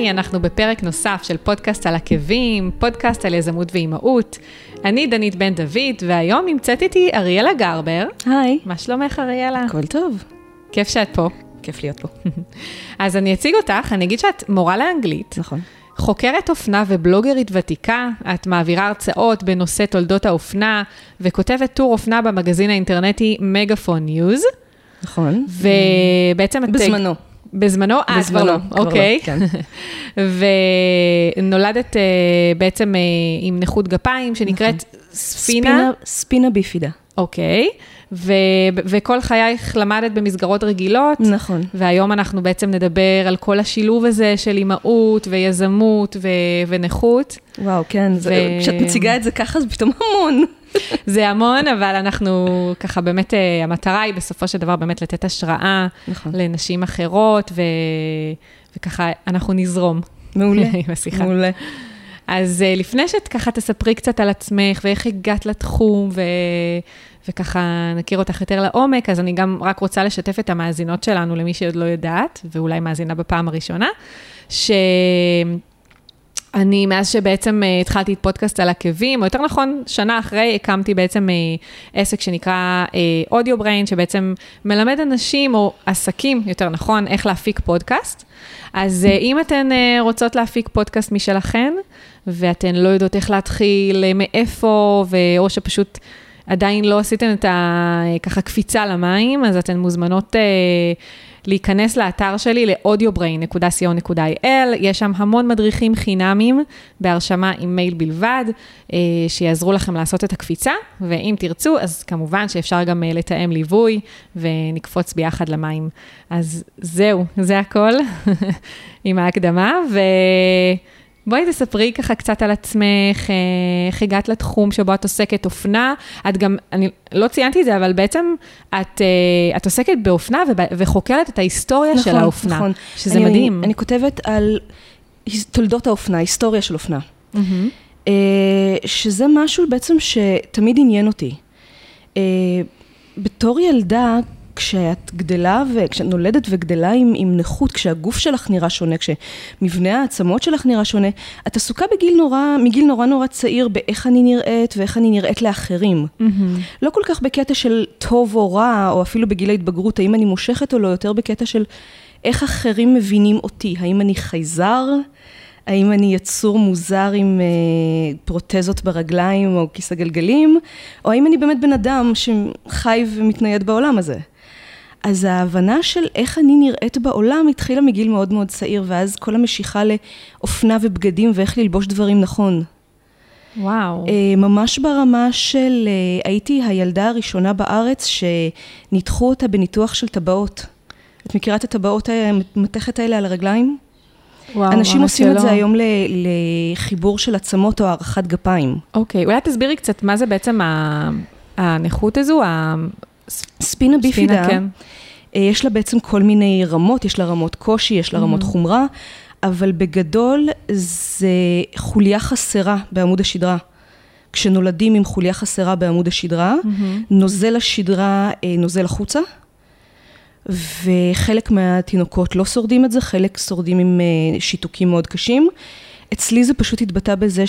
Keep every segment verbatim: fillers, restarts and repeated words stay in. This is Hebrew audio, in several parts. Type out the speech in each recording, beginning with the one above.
היי, אנחנו בפרק נוסף של פודקאסט על עקבים, פודקאסט על יזמות ואימהות. אני דנית בן דוד, והיום נמצאת איתי אריאלה גרבר. היי. מה שלומך, אריאלה? הכל טוב. כיף שאת פה. כיף להיות פה. אז אני אציג אותך, אני אגיד שאת מורה לאנגלית. נכון. חוקרת אופנה ובלוגרית ותיקה, את מעבירה הרצאות בנושא תולדות האופנה, וכותבת טור אופנה במגזין האינטרנטי מגאפון ניוז. נכון. ובעצם את... בזמנו. בזמנו? אה, כבר לא. אוקיי. כן. ונולדת בעצם עם נכות גפיים, שנקראת ספינה. ספינה ביפידה. אוקיי. וכל חייך למדת במסגרות רגילות. נכון. והיום אנחנו בעצם נדבר על כל השילוב הזה של אימהות ויזמות ונכות. וואו, כן. כשאת מציגה את זה ככה, זה פתאום המון. זה המון, אבל אנחנו ככה באמת, המטרה היא בסופו של דבר באמת לתת השראה לנשים אחרות, וככה אנחנו נזרום. מעולה. בשיחה. מעולה. אז לפני שאת ככה תספרי קצת על עצמך, ואיך הגעת לתחום, ו... וככה נכיר אותך יותר לעומק, אז אני גם רק רוצה לשתף את המאזינות שלנו, למי שעוד לא יודעת, ואולי מאזינה בפעם הראשונה, שאני, מאז שבעצם התחלתי את פודקאסט על עקבים, או יותר נכון, שנה אחרי, הקמתי בעצם עסק שנקרא אודיו בריין, שבעצם מלמד אנשים, או עסקים, יותר נכון, איך להפיק פודקאסט. אז אם אתן רוצות להפיק פודקאסט משלכן, ואתן לא יודעות איך להתחיל, מאיפה, או שפשוט עדיין לא עשיתן את ה, ככה קפיצה למים, אז אתן מוזמנות אה, להיכנס לאתר שלי, ל-אודיו בריין נקודה סי או נקודה איי אל, יש שם המון מדריכים חינמים, בהרשמה עם מייל בלבד, אה, שיעזרו לכם לעשות את הקפיצה, ואם תרצו, אז כמובן שאפשר גם אה, לתאם ליווי, ונקפוץ ביחד למים. אז זהו, זה הכל, עם ההקדמה, ו... בואי תספרי ככה קצת על עצמך, איך הגעת לתחום שבו את עוסקת אופנה, את גם, אני לא ציינתי את זה, אבל בעצם את, את עוסקת באופנה וחוקרת את ההיסטוריה נכון, של האופנה, נכון. שזה אני, מדהים. אני, אני כותבת על תולדות האופנה, היסטוריה של אופנה, mm-hmm. שזה משהו בעצם שתמיד עניין אותי. בתור ילדה, כשאת גדלה וכשאת נולדת וגדלה עם, עם נכות, כשהגוף שלך נראה שונה, כשמבנה העצמות שלך נראה שונה, את עסוקה בגיל נורא, מגיל נורא נורא צעיר באיך אני נראית ואיך אני נראית לאחרים. Mm-hmm. לא כל כך בקטע של טוב או רע, או אפילו בגיל ההתבגרות, האם אני מושכת או לא, יותר בקטע של איך אחרים מבינים אותי, האם אני חייזר, האם אני יצור מוזר עם אה, פרוטזות ברגליים או כיסא גלגלים, או האם אני באמת בן אדם שחי ומתנייד בעולם הזה. אז ההבנה של איך אני נראית בעולם התחילה מגיל מאוד מאוד צעיר, ואז כל המשיכה לאופנה ובגדים ואיך ללבוש דברים נכון. וואו. ממש ברמה של, הייתי הילדה הראשונה בארץ שניתחו אותה בניתוח של טבעות. את מכירה את הטבעות המתכת האלה על הרגליים? וואו, אנשים עושים שלא. את זה היום לחיבור של עצמות או הערכת גפיים. אוקיי, אולי תסבירי קצת מה זה בעצם הנכות הזו, ספינה ביפידה, כן. יש לה בעצם כל מיני רמות, יש לה רמות קושי, יש לה רמות חומרה, אבל בגדול זה חוליה חסרה בעמוד השדרה. כשנולדים עם חוליה חסרה בעמוד השדרה, נוזל השדרה נוזל החוצה, וחלק מהתינוקות לא שורדים את זה, חלק שורדים עם שיתוקים מאוד קשים. אצלי זה פשוט התבטא בזה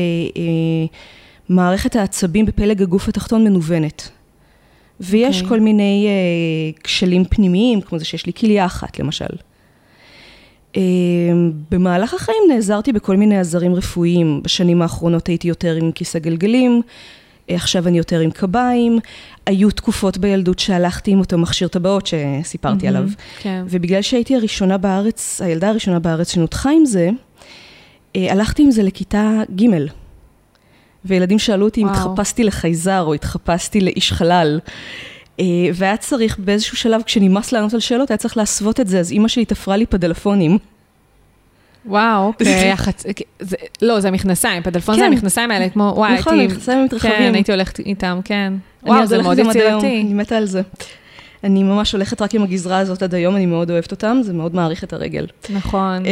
שמערכת העצבים בפלג הגוף התחתון מנוונת. ויש okay. כל מיני uh, כשלים פנימיים, כמו זה שיש לי כליה אחת, למשל. Uh, במהלך החיים נעזרתי בכל מיני עזרים רפואיים. בשנים האחרונות הייתי יותר עם כיסא גלגלים, uh, עכשיו אני יותר עם קביים. היו תקופות בילדות שהלכתי עם אותו מכשיר טבעות שסיפרתי mm-hmm, עליו. כן. ובגלל שהייתי הראשונה בארץ, הילדה הראשונה בארץ שנותחה עם זה, uh, הלכתי עם זה לכיתה ג' וילדים שאלו אותי אם התחפשתי לחייזר או התחפשתי לאיש חלל. והיה צריך באיזשהו שלב, כשנמאס לענות על שאלות, היה צריך להסוות את זה, אז אמא שלי תפרה לי פדלפונים. וואו, אוקיי. לא, זה המכנסיים, פדלפון זה המכנסיים האלה, כמו, וואי, נכון, המכנסיים מתרחבים. כן, הייתי הולכת איתם, כן. וואו, זה מאוד יצירתי. אני מתה על זה. אני ממש הולכת רק עם הגזרה הזאת עד היום, אני מאוד אוהבת אותם, זה מאוד מעריך את הרגל. נכון.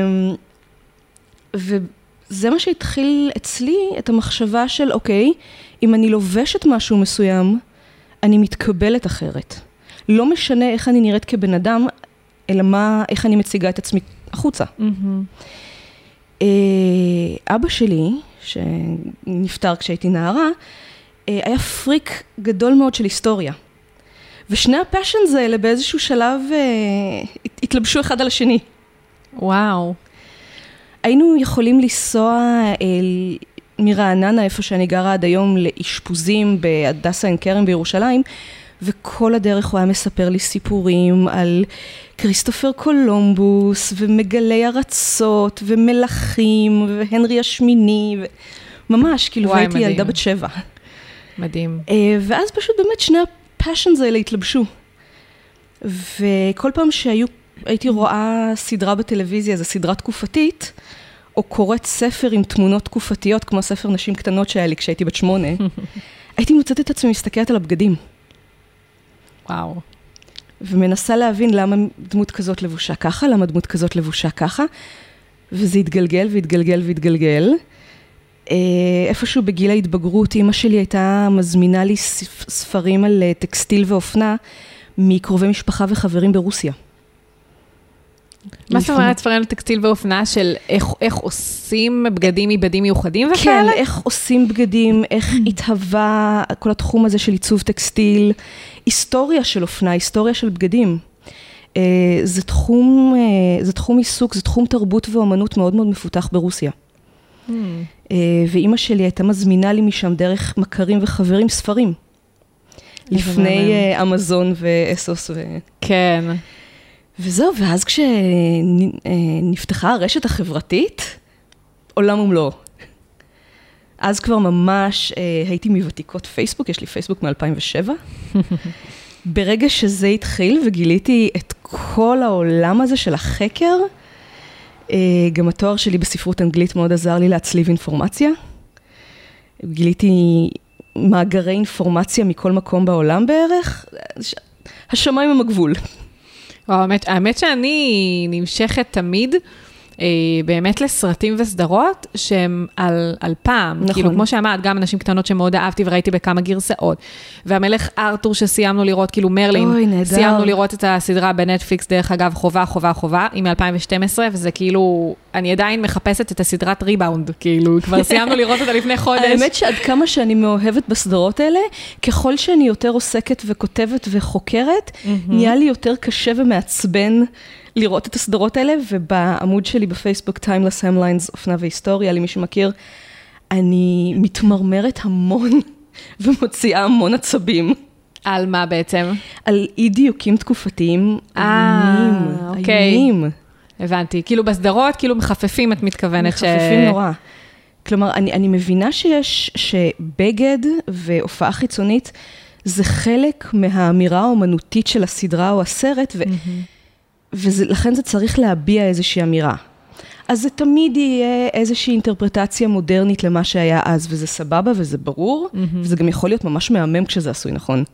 וזה מה שהתחיל אצלי, את המחשבה של, אוקיי, אם אני לובשת משהו מסוים, אני מתקבלת אחרת. לא משנה איך אני נראית כבן אדם, אלא מה, איך אני מציגה את עצמי החוצה. אבא שלי, שנפטר כשהייתי נערה, היה פריק גדול מאוד של היסטוריה. ושני הפשנס האלה באיזשהו שלב התלבשו אחד על השני. וואו. היינו יכולים לנסוע אל מרעננה, איפה שאני גרה עד היום, לאשפוזים בהדסה עין כרם בירושלים, וכל הדרך הוא היה מספר לי סיפורים על כריסטופר קולומבוס, ומגלי ארצות, ומלכים, והנרי השמיני, ממש, כאילו, וואי, והייתי מדהים. ילדה בת שבע. מדהים. ואז פשוט באמת שני הפשנס האלה התלבשו. וכל פעם שהיו, הייתי רואה סדרה בטלוויזיה, זו סדרה תקופתית, או קוראת ספר עם תמונות תקופתיות, כמו ספר נשים קטנות שהיה לי כשהייתי בת שמונה, הייתי מוצאת את עצמי מסתכלת על הבגדים. וואו. ומנסה להבין למה דמות כזאת לבושה ככה, למה דמות כזאת לבושה ככה, וזה התגלגל והתגלגל והתגלגל. איפשהו בגיל ההתבגרות, אמא שלי הייתה מזמינה לי ספרים על טקסטיל ואופנה, מקרובי משפחה וחברים ברוסיה. מה זאת אומרת ספרים על טקסטיל ואופנה של איך, איך עושים בגדים מבדים מיוחדים וכאלה? כן, איך עושים בגדים, איך התהווה כל התחום הזה של עיצוב טקסטיל, היסטוריה של אופנה, היסטוריה של בגדים. זה תחום, זה תחום עיסוק, זה תחום תרבות ואומנות מאוד מאוד מפותח ברוסיה. ואימא שלי הייתה מזמינה לי משם דרך מכרים וחברים ספרים. לפני אמזון ואסוס. כן. וזהו, ואז כשנפתחה הרשת החברתית, עולם ומלואו. אז כבר ממש הייתי מוותיקות פייסבוק, יש לי פייסבוק מ-אלפיים ושבע. ברגע שזה התחיל וגיליתי את כל העולם הזה של החקר, גם התואר שלי בספרות אנגלית מאוד עזר לי להצליב אינפורמציה. גיליתי מאגרי אינפורמציה מכל מקום בעולם בערך. השמיים הם הגבול. האמת, האמת שאני נמשכת תמיד באמת לסרטים וסדרות שהם על, על פעם. נכון. כאילו, כמו שאמרת, גם אנשים קטנות שמאוד אהבתי וראיתי בכמה גרסאות. והמלך ארתור שסיימנו לראות, כאילו מרלין, אוי, נהדר. סיימנו לראות את הסדרה בנטפליקס, דרך אגב, חובה, חובה, חובה, היא מ-אלפיים ושתים עשרה, וזה כאילו, אני עדיין מחפשת את הסדרת ריבאונד, כאילו, כבר סיימנו לראות אותה לפני חודש. האמת שעד כמה שאני מאוהבת בסדרות האלה, ככל שאני יותר עוסקת וכותבת וחוקרת, נהיה לי יותר קשה ומעצבן לראות את הסדרות האלה, ובעמוד שלי בפייסבוק, Timeless Hemlines, אופנה והיסטוריה, למי שמכיר, אני מתמרמרת המון, ומוציאה המון עצבים. על מה בעצם? על אי דיוקים תקופתיים, אימים, אוקיי. אימים. הבנתי, כאילו בסדרות, כאילו מחפפים, את מתכוונת ש... מחפפים נורא. כלומר, אני, אני מבינה שיש, שבגד והופעה חיצונית, זה חלק מהאמירה האומנותית של הסדרה או הסרט, ו... ולכן זה צריך להביע איזושהי אמירה. אז זה תמיד יהיה איזושהי אינטרפרטציה מודרנית למה שהיה אז, וזה סבבה וזה ברור, mm-hmm. וזה גם יכול להיות ממש מהמם כשזה עשוי, נכון?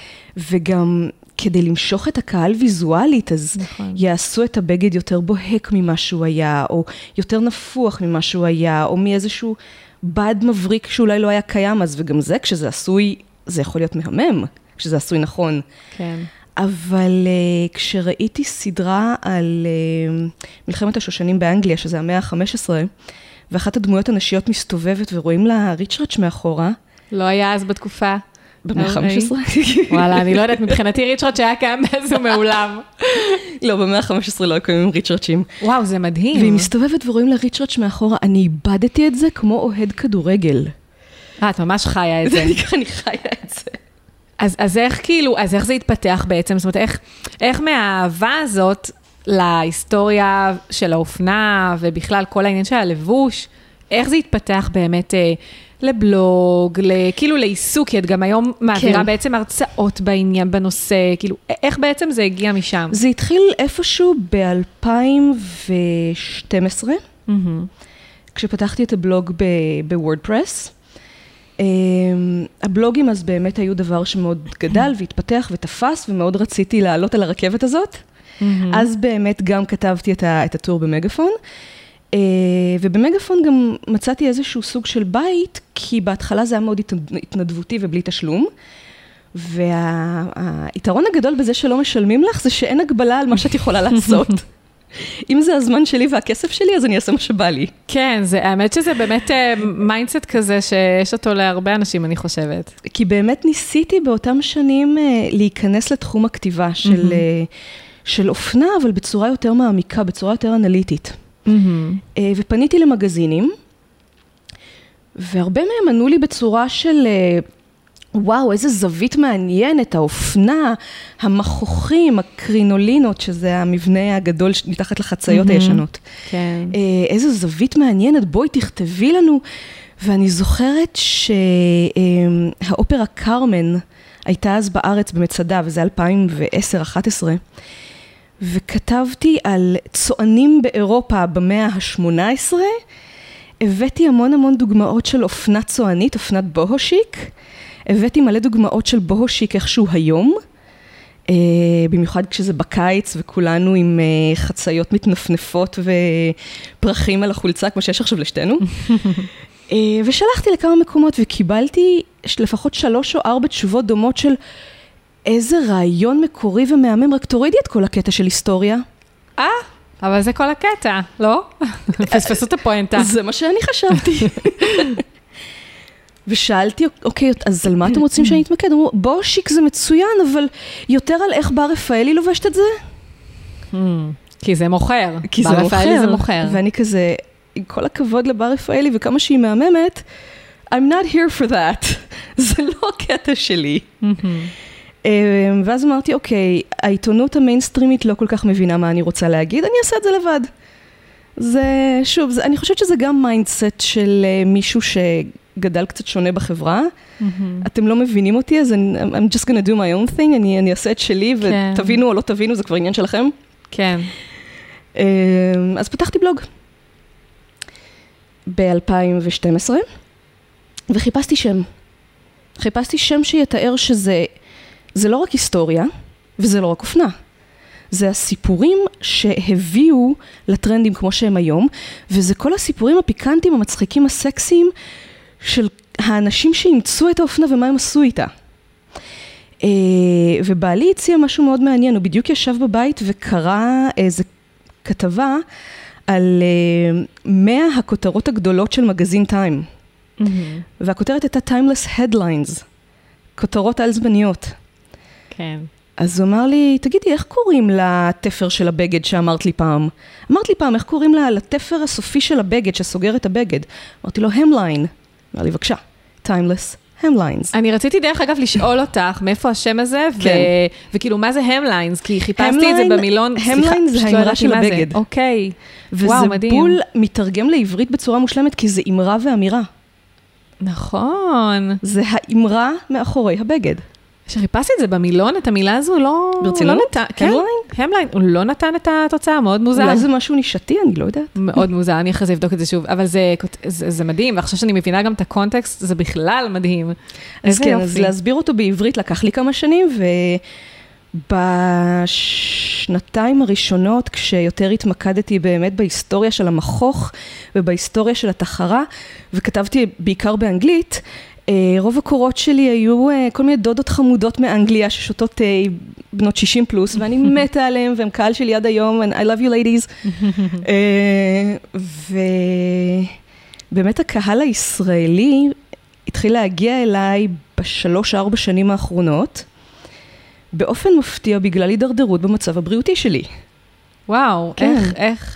וגם כדי למשוך את הקהל ויזואלית, אז נכון. יעשו את הבגד יותר בוהק ממה שהוא היה, או יותר נפוח ממה שהוא היה, או מאיזשהו בד מבריק שאולי לא היה קיים אז, וגם זה, כשזה עשוי, זה יכול להיות מהמם, כשזה עשוי נכון. כן. אבל uh, כשראיתי סדרה על uh, מלחמת השושנים באנגליה, שזה המאה ה-חמש עשרה, ואחת הדמויות הנשיות מסתובבת ורואים לה ריצ'רץ' מאחורה. לא היה אז בתקופה. במאה ה-חמש עשרה? וואלה, אני לא יודעת, מבחינתי ריצ'רץ' שהיה קיים באיזו מעולם. לא, במאה ה-חמש עשרה לא קיימים ריצ'רצ'ים. וואו, זה מדהים. והיא מסתובבת ורואים לה ריצ'רץ' מאחורה, אני איבדתי את זה כמו אוהד כדורגל. אה, את ממש חיה את זה. אני חיה את זה. אז, אז איך כאילו, אז איך זה התפתח בעצם? זאת אומרת, איך, איך מהאהבה הזאת להיסטוריה של האופנה ובכלל כל העניין של הלבוש, איך זה התפתח באמת אה, לבלוג, כאילו לעיסוק, את גם היום מעבירה כן. בעצם הרצאות בעניין, בנושא, כאילו, איך בעצם זה הגיע משם? זה התחיל איפשהו ב-אלפיים ושתים עשרה, mm-hmm. כשפתחתי את הבלוג בוורדפרס. Um, הבלוגים אז באמת היו דבר שמאוד גדל והתפתח ותפס, ומאוד רציתי לעלות על הרכבת הזאת. Mm-hmm. אז באמת גם כתבתי את, ה, את הטור במגפון, uh, ובמגפון גם מצאתי איזשהו סוג של בית, כי בהתחלה זה היה מאוד התנדבותי ובלי תשלום, והיתרון הגדול בזה שלא משלמים לך, זה שאין הגבלה על מה שאת יכולה לעשות. אם זה הזמן שלי והכסף שלי, אז אני אעשה מה שבא לי. כן, זה, האמת שזה באמת מיינדסט כזה שיש אותו להרבה אנשים, אני חושבת. כי באמת ניסיתי באותם שנים להיכנס לתחום הכתיבה של, של אופנה, אבל בצורה יותר מעמיקה, בצורה יותר אנליטית. ופניתי למגזינים, והרבה מהם ענו לי בצורה של, וואו, איזה זווית מעניינת, האופנה, המכוחים, הקרינולינות, שזה המבנה הגדול מתחת לחציות הישנות. כן. איזה זווית מעניינת, בואי תכתבי לנו. ואני זוכרת שהאופרה קרמן הייתה אז בארץ במצדה, וזה אלפיים ועשר אחת עשרה, וכתבתי על צוענים באירופה במאה ה-שמונה עשרה, הבאתי המון המון דוגמאות של אופנת צוענית, אופנת בוהושיק, הבאתי מלא דוגמאות של בוהושיק איכשהו היום, במיוחד כשזה בקיץ וכולנו עם חציות מתנפנפות ופרחים על החולצה, כמו שיש עכשיו לשתינו. ושלחתי לכמה מקומות וקיבלתי לפחות שלוש או ארבע תשובות דומות של איזה רעיון מקורי ומהמם, רק תורידי את כל הקטע של היסטוריה. אה, אבל זה כל הקטע, לא? פספסו את הפואנטה. זה מה שאני חשבתי. ושאלתי, אוקיי, אז על מה אתם רוצים שאני אתמקד? אמרו, בוהושיק זה מצוין, אבל יותר על איך בר רפאלי לובשת את זה? כי זה מוכר. כי זה מוכר. זה מוכר. ואני כזה, עם כל הכבוד לבר רפאלי וכמה שהיא מהממת, I'm not here for that. זה לא הקטע שלי. ואז אמרתי, אוקיי, העיתונות המיינסטרימית לא כל כך מבינה מה אני רוצה להגיד, אני אעשה את זה לבד. זה, שוב, זה, אני חושבת שזה גם מיינדסט של מישהו שגדל קצת שונה בחברה. אתם לא מבינים אותי, אז אני, I'm just gonna do my own thing, אני, אני אעשה את שלי, כן. ותבינו או לא תבינו, זה כבר עניין שלכם. כן. אז פתחתי בלוג. ב-אלפיים ושתים עשרה, וחיפשתי שם. חיפשתי שם שיתאר שזה, זה לא רק היסטוריה, וזה לא רק אופנה. זה הסיפורים שהביאו לטרנדים כמו שהם היום, וזה כל הסיפורים הפיקנטיים, המצחיקים, הסקסיים, של האנשים שימצאו את האופנה ומה הם עשו איתה. ובעלי הציע משהו מאוד מעניין, הוא בדיוק ישב בבית וקרא איזו כתבה על מאה הכותרות הגדולות של מגזין טיים. Mm-hmm. והכותרת הייתה Timeless Headlines, כותרות על זמניות. כן. אז הוא אמר לי, תגידי, איך קוראים לתפר של הבגד שאמרת לי פעם? אמרת לי פעם, איך קוראים לה לתפר הסופי של הבגד שסוגר את הבגד? אמרתי לו, Hemline. אמר לי, בבקשה, Timeless Hemlines. אני רציתי דרך אגב לשאול אותך, מאיפה השם הזה, כן. ו- וכאילו, מה זה Hemlines? כי חיפשתי את זה במילון, Hemline זה האמרה של הבגד. אוקיי. וזה בול מתרגם לעברית בצורה מושלמת, כי זה אמרה ואמירה. נכון. זה האמרה מאחורי הבגד. כשחיפשתי את זה במילון, את המילה הזו לא... ברצינות? לא נתן, כן, המליין, הוא לא נתן את התוצאה, מאוד מוזר. אולי זה משהו נישתי, אני לא יודעת. מאוד מוזר, אני אחרי זה אבדוק את זה שוב, אבל זה, זה, זה מדהים, ועכשיו שאני מבינה גם את הקונטקסט, זה בכלל מדהים. אז כן, אז להסביר אותו בעברית לקח לי כמה שנים, ובשנתיים הראשונות, כשיותר התמקדתי באמת בהיסטוריה של המכוך, ובהיסטוריה של התחרה, וכתבתי בעיקר באנגלית, רוב הקורות שלי היו כל מיני דודות חמודות מאנגליה ששותות בנות שישים פלוס, ואני מתה עליהם, והם קהל שלי עד היום, and I love you ladies. ובאמת הקהל הישראלי התחיל להגיע אליי בשלוש ארבע שנים האחרונות, באופן מפתיע בגלל הידרדרות במצב הבריאותי שלי. וואו, איך, איך?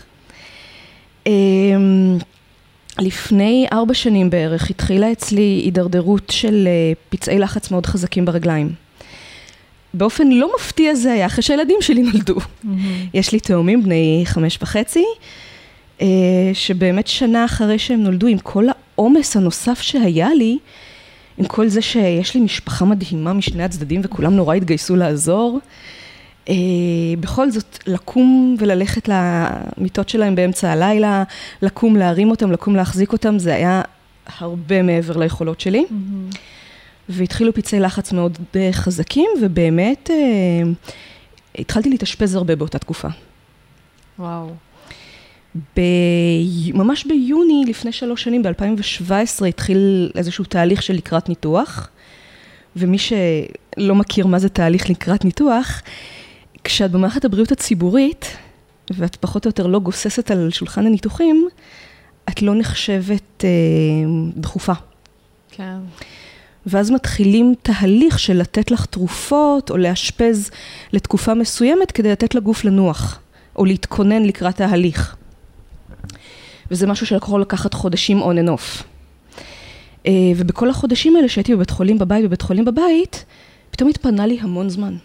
לפני ארבע שנים בערך התחילה אצלי הידרדרות של פצעי לחץ מאוד חזקים ברגליים. באופן לא מפתיע זה היה אחרי שהילדים שלי נולדו. Mm-hmm. יש לי תאומים בני חמש וחצי, שבאמת שנה אחרי שהם נולדו, עם כל העומס הנוסף שהיה לי, עם כל זה שיש לי משפחה מדהימה משני הצדדים וכולם נורא התגייסו לעזור, Uh, בכל זאת, לקום וללכת למיטות שלהם באמצע הלילה, לקום להרים אותם, לקום להחזיק אותם, זה היה הרבה מעבר ליכולות שלי. Mm-hmm. והתחילו פצעי לחץ מאוד חזקים, ובאמת uh, התחלתי להתאשפז הרבה באותה תקופה. וואו. ב... ממש ביוני, לפני שלוש שנים, ב-אלפיים שבע עשרה, התחיל איזשהו תהליך של לקראת ניתוח, ומי שלא מכיר מה זה תהליך לקראת ניתוח, כשאת במערכת הבריאות הציבורית, ואת פחות או יותר לא גוססת על שולחן הניתוחים, את לא נחשבת אה, דחופה. כן. ואז מתחילים תהליך של לתת לך תרופות, או לאשפז לתקופה מסוימת, כדי לתת לגוף לנוח, או להתכונן לקראת ההליך. וזה משהו שיכול לקחת חודשים on and off. ובכל החודשים האלה שהייתי בבית חולים בבית, בבית חולים בבית, פתאום התפנה לי המון זמן.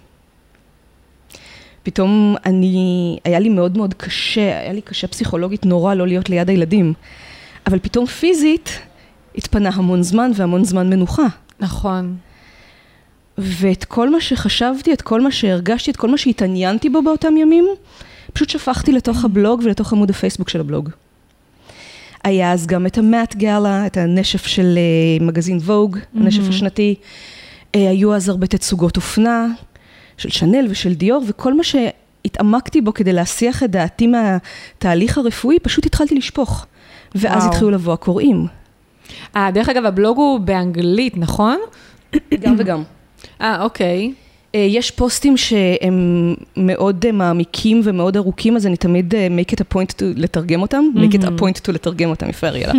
פתאום אני, היה לי מאוד מאוד קשה, היה לי קשה פסיכולוגית נורא לא להיות ליד הילדים. אבל פתאום פיזית התפנה המון זמן והמון זמן מנוחה. נכון. ואת כל מה שחשבתי, את כל מה שהרגשתי, את כל מה שהתעניינתי בו באותם ימים, פשוט שפכתי לתוך הבלוג ולתוך עמוד הפייסבוק של הבלוג. היה אז גם את המאט גאלה, את הנשף של מגזין ווג, mm-hmm. הנשף השנתי. היו אז הרבה תצוגות אופנה, של שנל ושל דיור, וכל מה שהתעמקתי בו כדי להסיח את דעתי מהתהליך הרפואי, פשוט התחלתי לשפוך. ואז וואו. התחילו לבוא הקוראים. אה, דרך אגב, הבלוג הוא באנגלית, נכון? גם וגם. אה, אוקיי. יש פוסטים שהם מאוד מעמיקים ומאוד ארוכים, אז אני תמיד make it a point to לתרגם אותם, make it a point to לתרגם אותם, יפה אריאלה.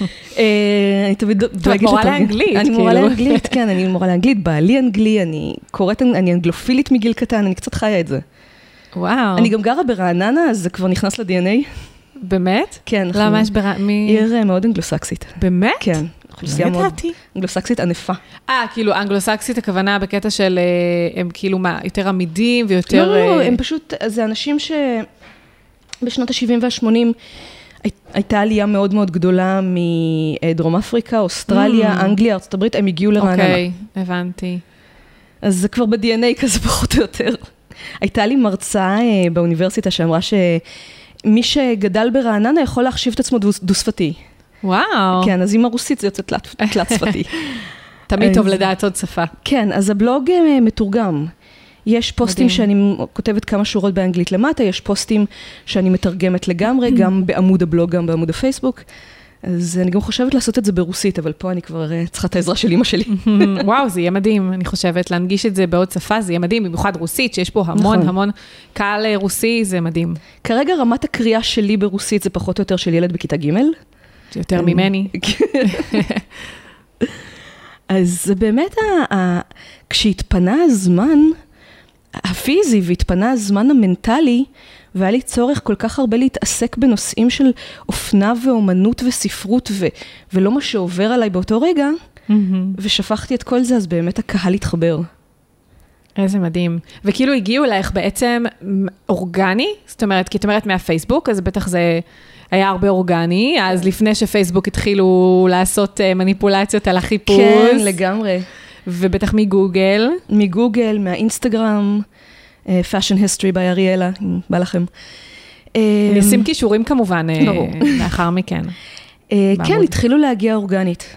אני תמיד דואגת לתרגם. את מורה לאנגלית, אני מורה לאנגלית, כן, אני מורה לאנגלית, בעלי אנגלי, אני קוראת, אני אנגלופילית מגיל קטן, אני קצת חיה את זה. וואו. אני גם גרה ברעננה, אז זה כבר נכנס ל-די אן איי. באמת? כן. למה יש ברעננה? עיר מאוד אנגלוסקסית. באמת? כן. אוכלוסייה מאוד אנגלוסקסית ענפה. אה, כאילו אנגלוסקסית הכוונה בקטע של הם כאילו מה, יותר עמידים ויותר... לא, לא, הם פשוט, זה אנשים שבשנות ה-שבעים וה-שמונים הייתה עלייה מאוד מאוד גדולה מדרום אפריקה, אוסטרליה, אנגליה, ארצות הברית, הם הגיעו לרעננה. אוקיי, הבנתי. אז זה כבר ב-די אן איי כזה פחות או יותר. הייתה לי מרצה באוניברסיטה שאמרה שמי שגדל ברעננה יכול להחשיב את עצמו דו-שפתי. וואו. כן, אז עם הרוסית זה יוצא תלת שפתי. תמיד טוב לדעת עוד שפה. כן, אז הבלוג מתורגם. יש פוסטים שאני כותבת כמה שורות באנגלית למטה, יש פוסטים שאני מתרגמת לגמרי, גם בעמוד הבלוג, גם בעמוד הפייסבוק. אז אני גם חושבת לעשות את זה ברוסית, אבל פה אני כבר צריכה את העזרה של אמא שלי. וואו, זה יהיה מדהים, אני חושבת, להנגיש את זה בעוד שפה, זה יהיה מדהים, במיוחד רוסית, שיש פה המון המון קהל רוסי, זה מדהים. כרגע רמת הקריאה שלי ברוסית זה פחות או יותר של ילד בכיתה ג' יותר ממני. אז זה באמת, כשהתפנה הזמן הפיזי והתפנה הזמן המנטלי, והיה לי צורך כל כך הרבה להתעסק בנושאים של אופנה ואומנות וספרות, ולא מה שעובר עליי באותו רגע, ושפכתי את כל זה, אז באמת הקהל התחבר. איזה מדהים. וכאילו הגיעו אלייך בעצם אורגני, זאת אומרת, כי את אומרת מהפייסבוק, אז בטח זה... היה הרבה אורגני, אז לפני שפייסבוק התחילו לעשות מניפולציות על החיפוש. כן, לגמרי. ובטח מגוגל. מגוגל, מהאינסטגרם, Fashion History by אריאלה, אם בא לכם. נשים קישורים כמובן, לאחר מכן. כן, התחילו להגיע אורגנית.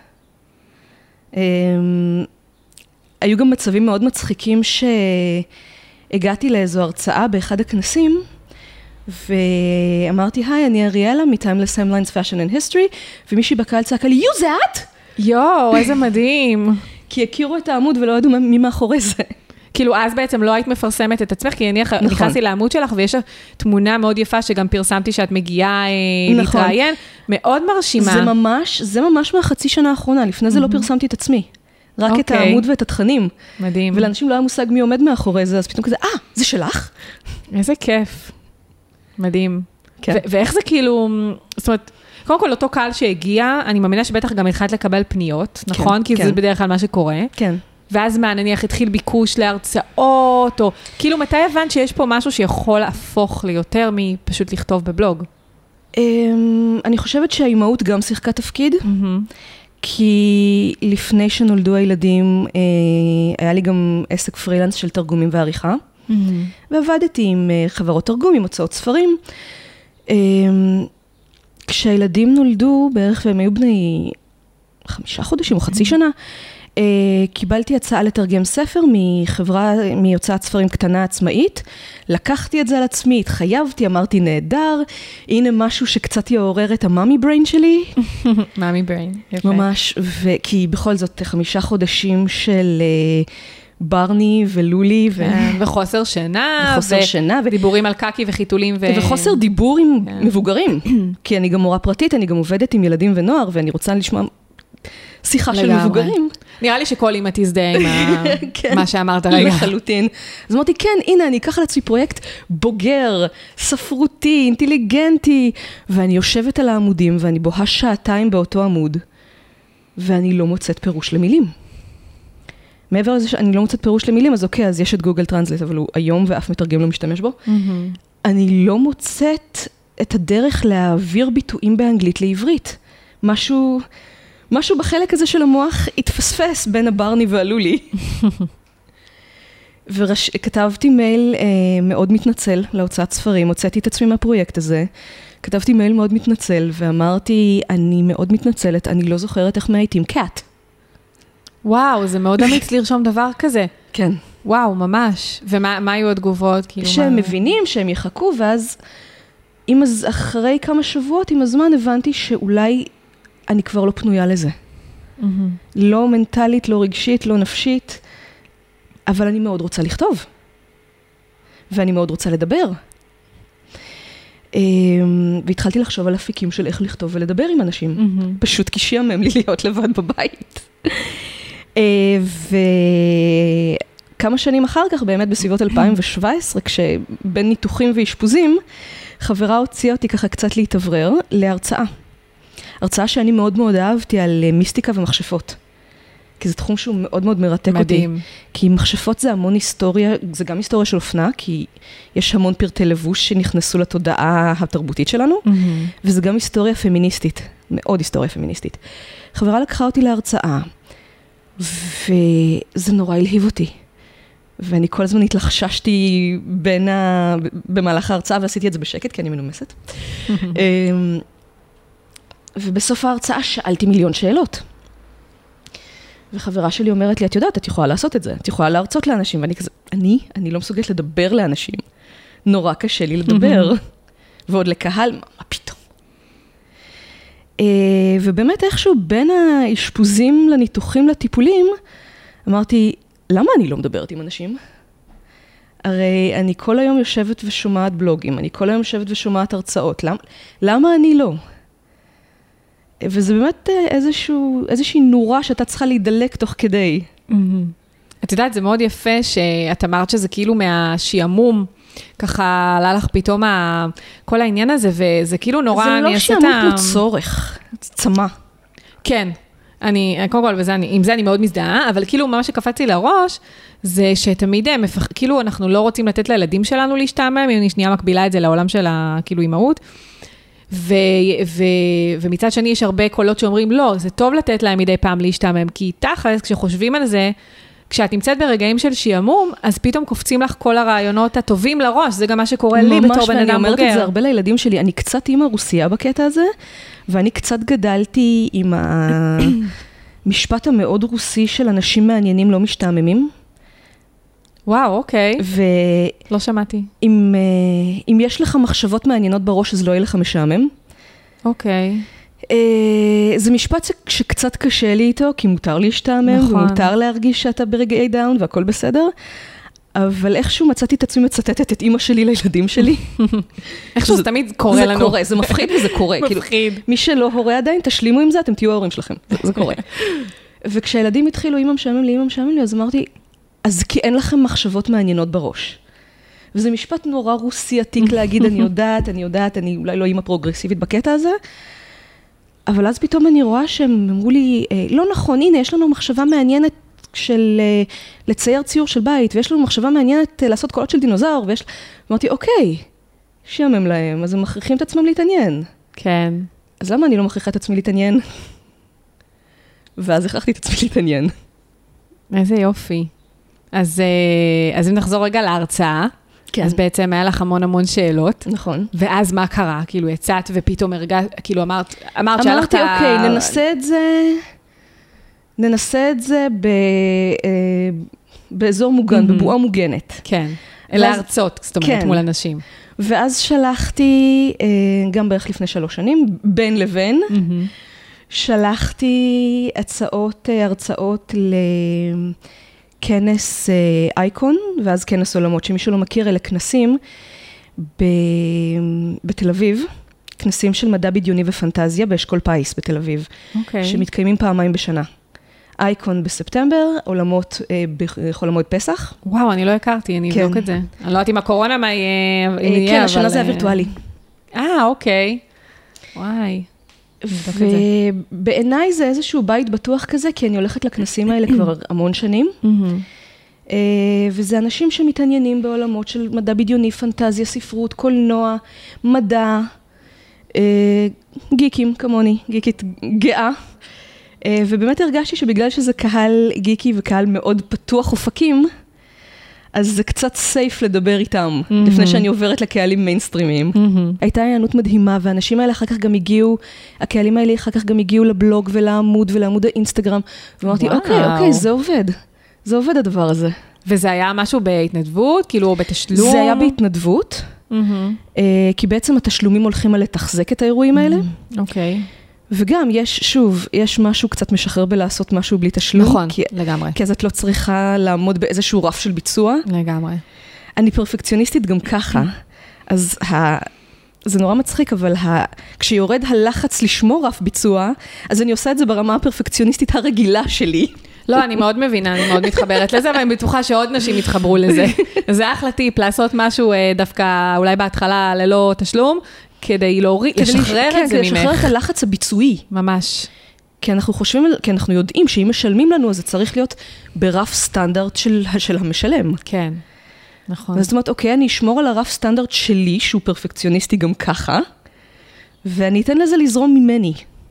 היו גם מצבים מאוד מצחיקים שהגעתי לאיזו הרצאה באחד הכנסים, ואמרתי, היי, אני אריאלה, מ-Timeless Timelines Fashion and History, ומישהי בקהל צעקה לי, יו, זה את? יו, איזה מדהים. כי הכירו את העמוד ולא ידעו מי מאחורי זה. כאילו, אז בעצם לא היית מפרסמת את עצמך, כי אני נכנסתי לעמוד שלך, ויש תמונה מאוד יפה, שגם פרסמתי שאת מגיעה להתראיין, מאוד מרשימה. זה ממש, זה ממש מהחצי שנה האחרונה, לפני זה לא פרסמתי את עצמי. רק את העמוד ואת התכנים. מדהים. ולאנשים לא היה מושג מי עומד מאחורי זה, אז פתאום כזה, אה, זה שלך? איזה כיף. מדהים. כן. ואיך זה כאילו, זאת אומרת, קודם כל אותו קהל שהגיע, אני מאמינה שבטח גם התחלת לקבל פניות, נכון? כי זה בדרך כלל מה שקורה. כן. ואז מה, נניח התחיל ביקוש להרצאות, או כאילו מתי הבנת שיש פה משהו שיכול להפוך ליותר מפשוט לכתוב בבלוג? אני חושבת שהאימהות גם שיחקה תפקיד, כי לפני שנולדו הילדים, היה לי גם עסק פרילנס של תרגומים ועריכה, ועבדתי עם חברות תרגום, עם הוצאות ספרים. כשהילדים נולדו, בערך והם היו בני חמישה חודשים או חצי שנה, קיבלתי הצעה לתרגם ספר מחברה, מהוצאת ספרים קטנה עצמאית, לקחתי את זה על עצמי, התחייבתי, אמרתי נהדר, הנה משהו שקצת יעורר את המאמי בריין שלי. מאמי בריין, יפה. ממש, כי בכל זאת חמישה חודשים של ברני ולולי. ו... וחוסר שינה. וחוסר ו... שינה. ודיבורים על קקי וחיתולים. ו... וחוסר דיבור עם מבוגרים. כי אני גם מורה פרטית, אני גם עובדת עם ילדים ונוער, ואני רוצה לשמוע שיחה של מבוגרים. נראה לי שכל אמא תזדהה עם מה שאמרת רגע. לחלוטין. אז אמרתי, כן, הנה, אני אקח על עצמי פרויקט בוגר, ספרותי, אינטליגנטי, ואני יושבת על העמודים, ואני בוהה שעתיים באותו עמוד, ואני לא מוצאת פירוש למילים. מעבר לזה שאני לא מוצאת פירוש למילים, אז אוקיי, אז יש את גוגל טרנסלייט, אבל הוא היום ואף מתרגם לא משתמש בו. אני לא מוצאת את הדרך להעביר ביטויים באנגלית לעברית. משהו... משהו בחלק הזה של המוח התפספס בין הברני והלולי. וכתבתי מייל אה, מאוד מתנצל להוצאת ספרים, הוצאתי את עצמי מהפרויקט הזה, כתבתי מייל מאוד מתנצל, ואמרתי, אני מאוד מתנצלת, אני לא זוכרת איך מהייתים קאט. וואו, זה מאוד אמיץ לרשום דבר כזה. כן. וואו, ממש. ומה מה היו התגובות? כאילו שהם מה... מבינים, שהם יחכו, ואז עם, אחרי כמה שבועות, עם הזמן, הבנתי שאולי... אני כבר לא פנויה לזה. Mm-hmm. לא מנטלית, לא רגשית, לא נפשית, אבל אני מאוד רוצה לכתוב. ואני מאוד רוצה לדבר. והתחלתי לחשוב על אפיקים של איך לכתוב ולדבר עם אנשים. Mm-hmm. פשוט כי שיאמם לי להיות לבד בבית. וכמה שנים אחר כך, באמת בסביבות אלפיים שבע עשרה, כשבין ניתוחים ואשפוזים, חברה הוציאה אותי ככה קצת להתאוורר להרצאה. הרצאה שאני מאוד מאוד אהבתי על מיסטיקה ומכשפות. כי זה תחום שהוא מאוד מאוד מרתק מדהים. אותי. כי מכשפות זה המון היסטוריה, זה גם היסטוריה של אופנה, כי יש המון פרטי לבוש שנכנסו לתודעה התרבותית שלנו, mm-hmm. וזה גם היסטוריה פמיניסטית, מאוד היסטוריה פמיניסטית. חברה לקחה אותי להרצאה, וזה נורא הלהיב אותי. ואני כל הזמן התלחששתי בין ה... במהלך ההרצאה, ועשיתי את זה בשקט, כי אני מנומסת. ובסוף ההרצאה שאלתי מיליון שאלות. וחברה שלי אומרת לי, את יודעת, את יכולה לעשות את זה, את יכולה להרצות לאנשים, ואני כזה, אני, אני לא מסוגלת לדבר לאנשים. נורא קשה לי לדבר. ועוד לקהל, מה פתאום? ובאמת איכשהו בין האשפוזים לניתוחים לטיפולים, אמרתי, למה אני לא מדברת עם אנשים? הרי אני כל היום יושבת ושומעת בלוגים, אני כל היום יושבת ושומעת הרצאות, למה, למה אני לא? וזה באמת איזשהו, איזושהי נורה שאתה צריכה להידלק תוך כדי. את יודעת, זה מאוד יפה שאת אמרת שזה כאילו מהשיעמום, ככה עלה לך פתאום כל העניין הזה, וזה כאילו נורא... זה לא שיעמום כמו צורך, צמא. כן, אני, קודם כל, וזה, אני, עם זה אני מאוד מזדהה, אבל כאילו מה שקפצתי לראש, זה שתמיד הם, כאילו אנחנו לא רוצים לתת לילדים שלנו להשתעמם, אם אני שנייה מקבילה את זה לעולם של כאילו אימהות, ו, ו, ומצד שני יש הרבה קולות שאומרים, לא, זה טוב לתת להם מדי פעם להשתעמם, כי תכלס, כשחושבים על זה, כשאת נמצאת ברגעים של שיעמום, אז פתאום קופצים לך כל הרעיונות הטובים לראש, זה גם מה שקורה לי בתור בן אדם בוגר. ממש, ואני אומרת את זה הרבה לילדים שלי, אני קצת אימא רוסיה בקטע הזה, ואני קצת גדלתי עם המשפט המאוד רוסי של אנשים מעניינים לא משתעממים. וואו, אוקיי. ו... לא שמעתי. אם, אם יש לך מחשבות מעניינות בראש, אז לא יהיה לך משעמם. אוקיי. זה משפט שקצת קשה לי איתו, כי מותר להשתעמם, נכון. ומותר להרגיש שאתה ברגעי דאון, והכל בסדר. אבל איכשהו מצאתי את עצמי מצטטת את אמא שלי לילדים שלי. איכשהו זה תמיד קורה זה לנו. זה קורה, זה מפחיד וזה קורה. מפחיד. כאילו, מי שלא הורה עדיין, תשלימו עם זה, אתם תהיו ההורים שלכם. זה, זה קורה. וכשהילדים התחילו, אמא משעמם לי, אמא משעמם לי, אז אמרתי, אז כי אין לכם מחשבות מעניינות בראש. וזה משפט נורא רוסי עתיק להגיד, אני יודעת, אני יודעת, אני אולי לא אמא פרוגרסיבית בקטע הזה, אבל אז פתאום אני רואה שהם אמרו לי, לא נכון, הנה, יש לנו מחשבה מעניינת של לצייר ציור של בית, ויש לנו מחשבה מעניינת לעשות קולות של דינוזאור, ויש... אמרתי, אוקיי, שיאמם להם, אז הם מכריחים את עצמם להתעניין. כן. אז למה אני לא מכריחה את עצמי להתעניין? ואז הכרחתי את עצמי להתעניין. איזה יופי. אז, אז אם נחזור רגע להרצאה, כן. אז בעצם היה לך המון המון שאלות. נכון. ואז מה קרה? כאילו יצאת ופתאום הרגעת, כאילו אמרת, אמרת שהיה לך את ה... אמרתי, אוקיי, ננסה את זה, ננסה את זה ב, באזור מוגן, בבועה מוגנת. כן. אלה ארצות, זאת אומרת, כן. מול אנשים. ואז שלחתי, גם בערך לפני שלוש שנים, בין לבין, שלחתי הצעות, הרצאות ל... כנס אייקון, ואז כנס עולמות, שמישהו לא מכיר, אלה כנסים ב... בתל אביב, כנסים של מדע בדיוני ופנטזיה באשכול פייס בתל אביב, אוקיי. שמתקיימים פעמיים בשנה. אייקון בספטמבר, עולמות בחול המועד פסח. וואו, אני לא הכרתי, אני אבדוק את זה. אני לא יודעת אם הקורונה מה יהיה, אם יהיה, כן, השנה זה הווירטואלי. אה, אוקיי. וואי. ובעיניי זה איזשהו בית בטוח כזה, כי אני הולכת לכנסים האלה כבר המון שנים. וזה אנשים שמתעניינים בעולמות של מדע בדיוני, פנטזיה, ספרות, קולנוע, מדע, גיקים כמוני, גיקית גאה. ובאמת הרגשתי שבגלל שזה קהל גיקי וקהל מאוד פתוח ופקים, אז זה קצת סייף לדבר איתם, mm-hmm. לפני שאני עוברת לקהלים מיינסטרימיים. Mm-hmm. הייתה הענות מדהימה, והאנשים האלה אחר כך גם הגיעו, הקהלים האלה אחר כך גם הגיעו לבלוג ולעמוד ולעמוד האינסטגרם, ואמרתי, וואו. אוקיי, אוקיי, זה עובד. זה עובד הדבר הזה. וזה היה משהו בהתנדבות, כאילו בתשלום? זה היה בהתנדבות, mm-hmm. כי בעצם התשלומים הולכים על לתחזק את האירועים האלה. אוקיי. Mm-hmm. Okay. וגם יש, שוב, יש משהו קצת משחרר בלעשות משהו בלי תשלום. נכון, כי, לגמרי. כי אז את לא צריכה לעמוד באיזשהו רף של ביצוע. לגמרי. אני פרפקציוניסטית גם ככה, אז ה... זה נורא מצחיק, אבל ה... כשיורד הלחץ לשמור רף ביצוע, אז אני עושה את זה ברמה הפרפקציוניסטית הרגילה שלי. לא, אני מאוד מבינה, אני מאוד מתחברת לזה, ואני בטוחה שעוד נשים יתחברו לזה. זה אחלה טיפ, לעשות משהו דווקא אולי בהתחלה ללא תשלום, כדי להוריד, לשחרר את זה ממך. כדי לשחרר את הלחץ הביצועי. ממש. כי אנחנו חושבים, כי אנחנו יודעים שאם משלמים לנו, אז זה צריך להיות ברף סטנדרט של, של המשלם. כן, נכון. זאת אומרת, אוקיי, אני אשמור על הרף סטנדרט שלי, שהוא פרפקציוניסטי גם ככה, ואני אתן לזה לזרום ממני.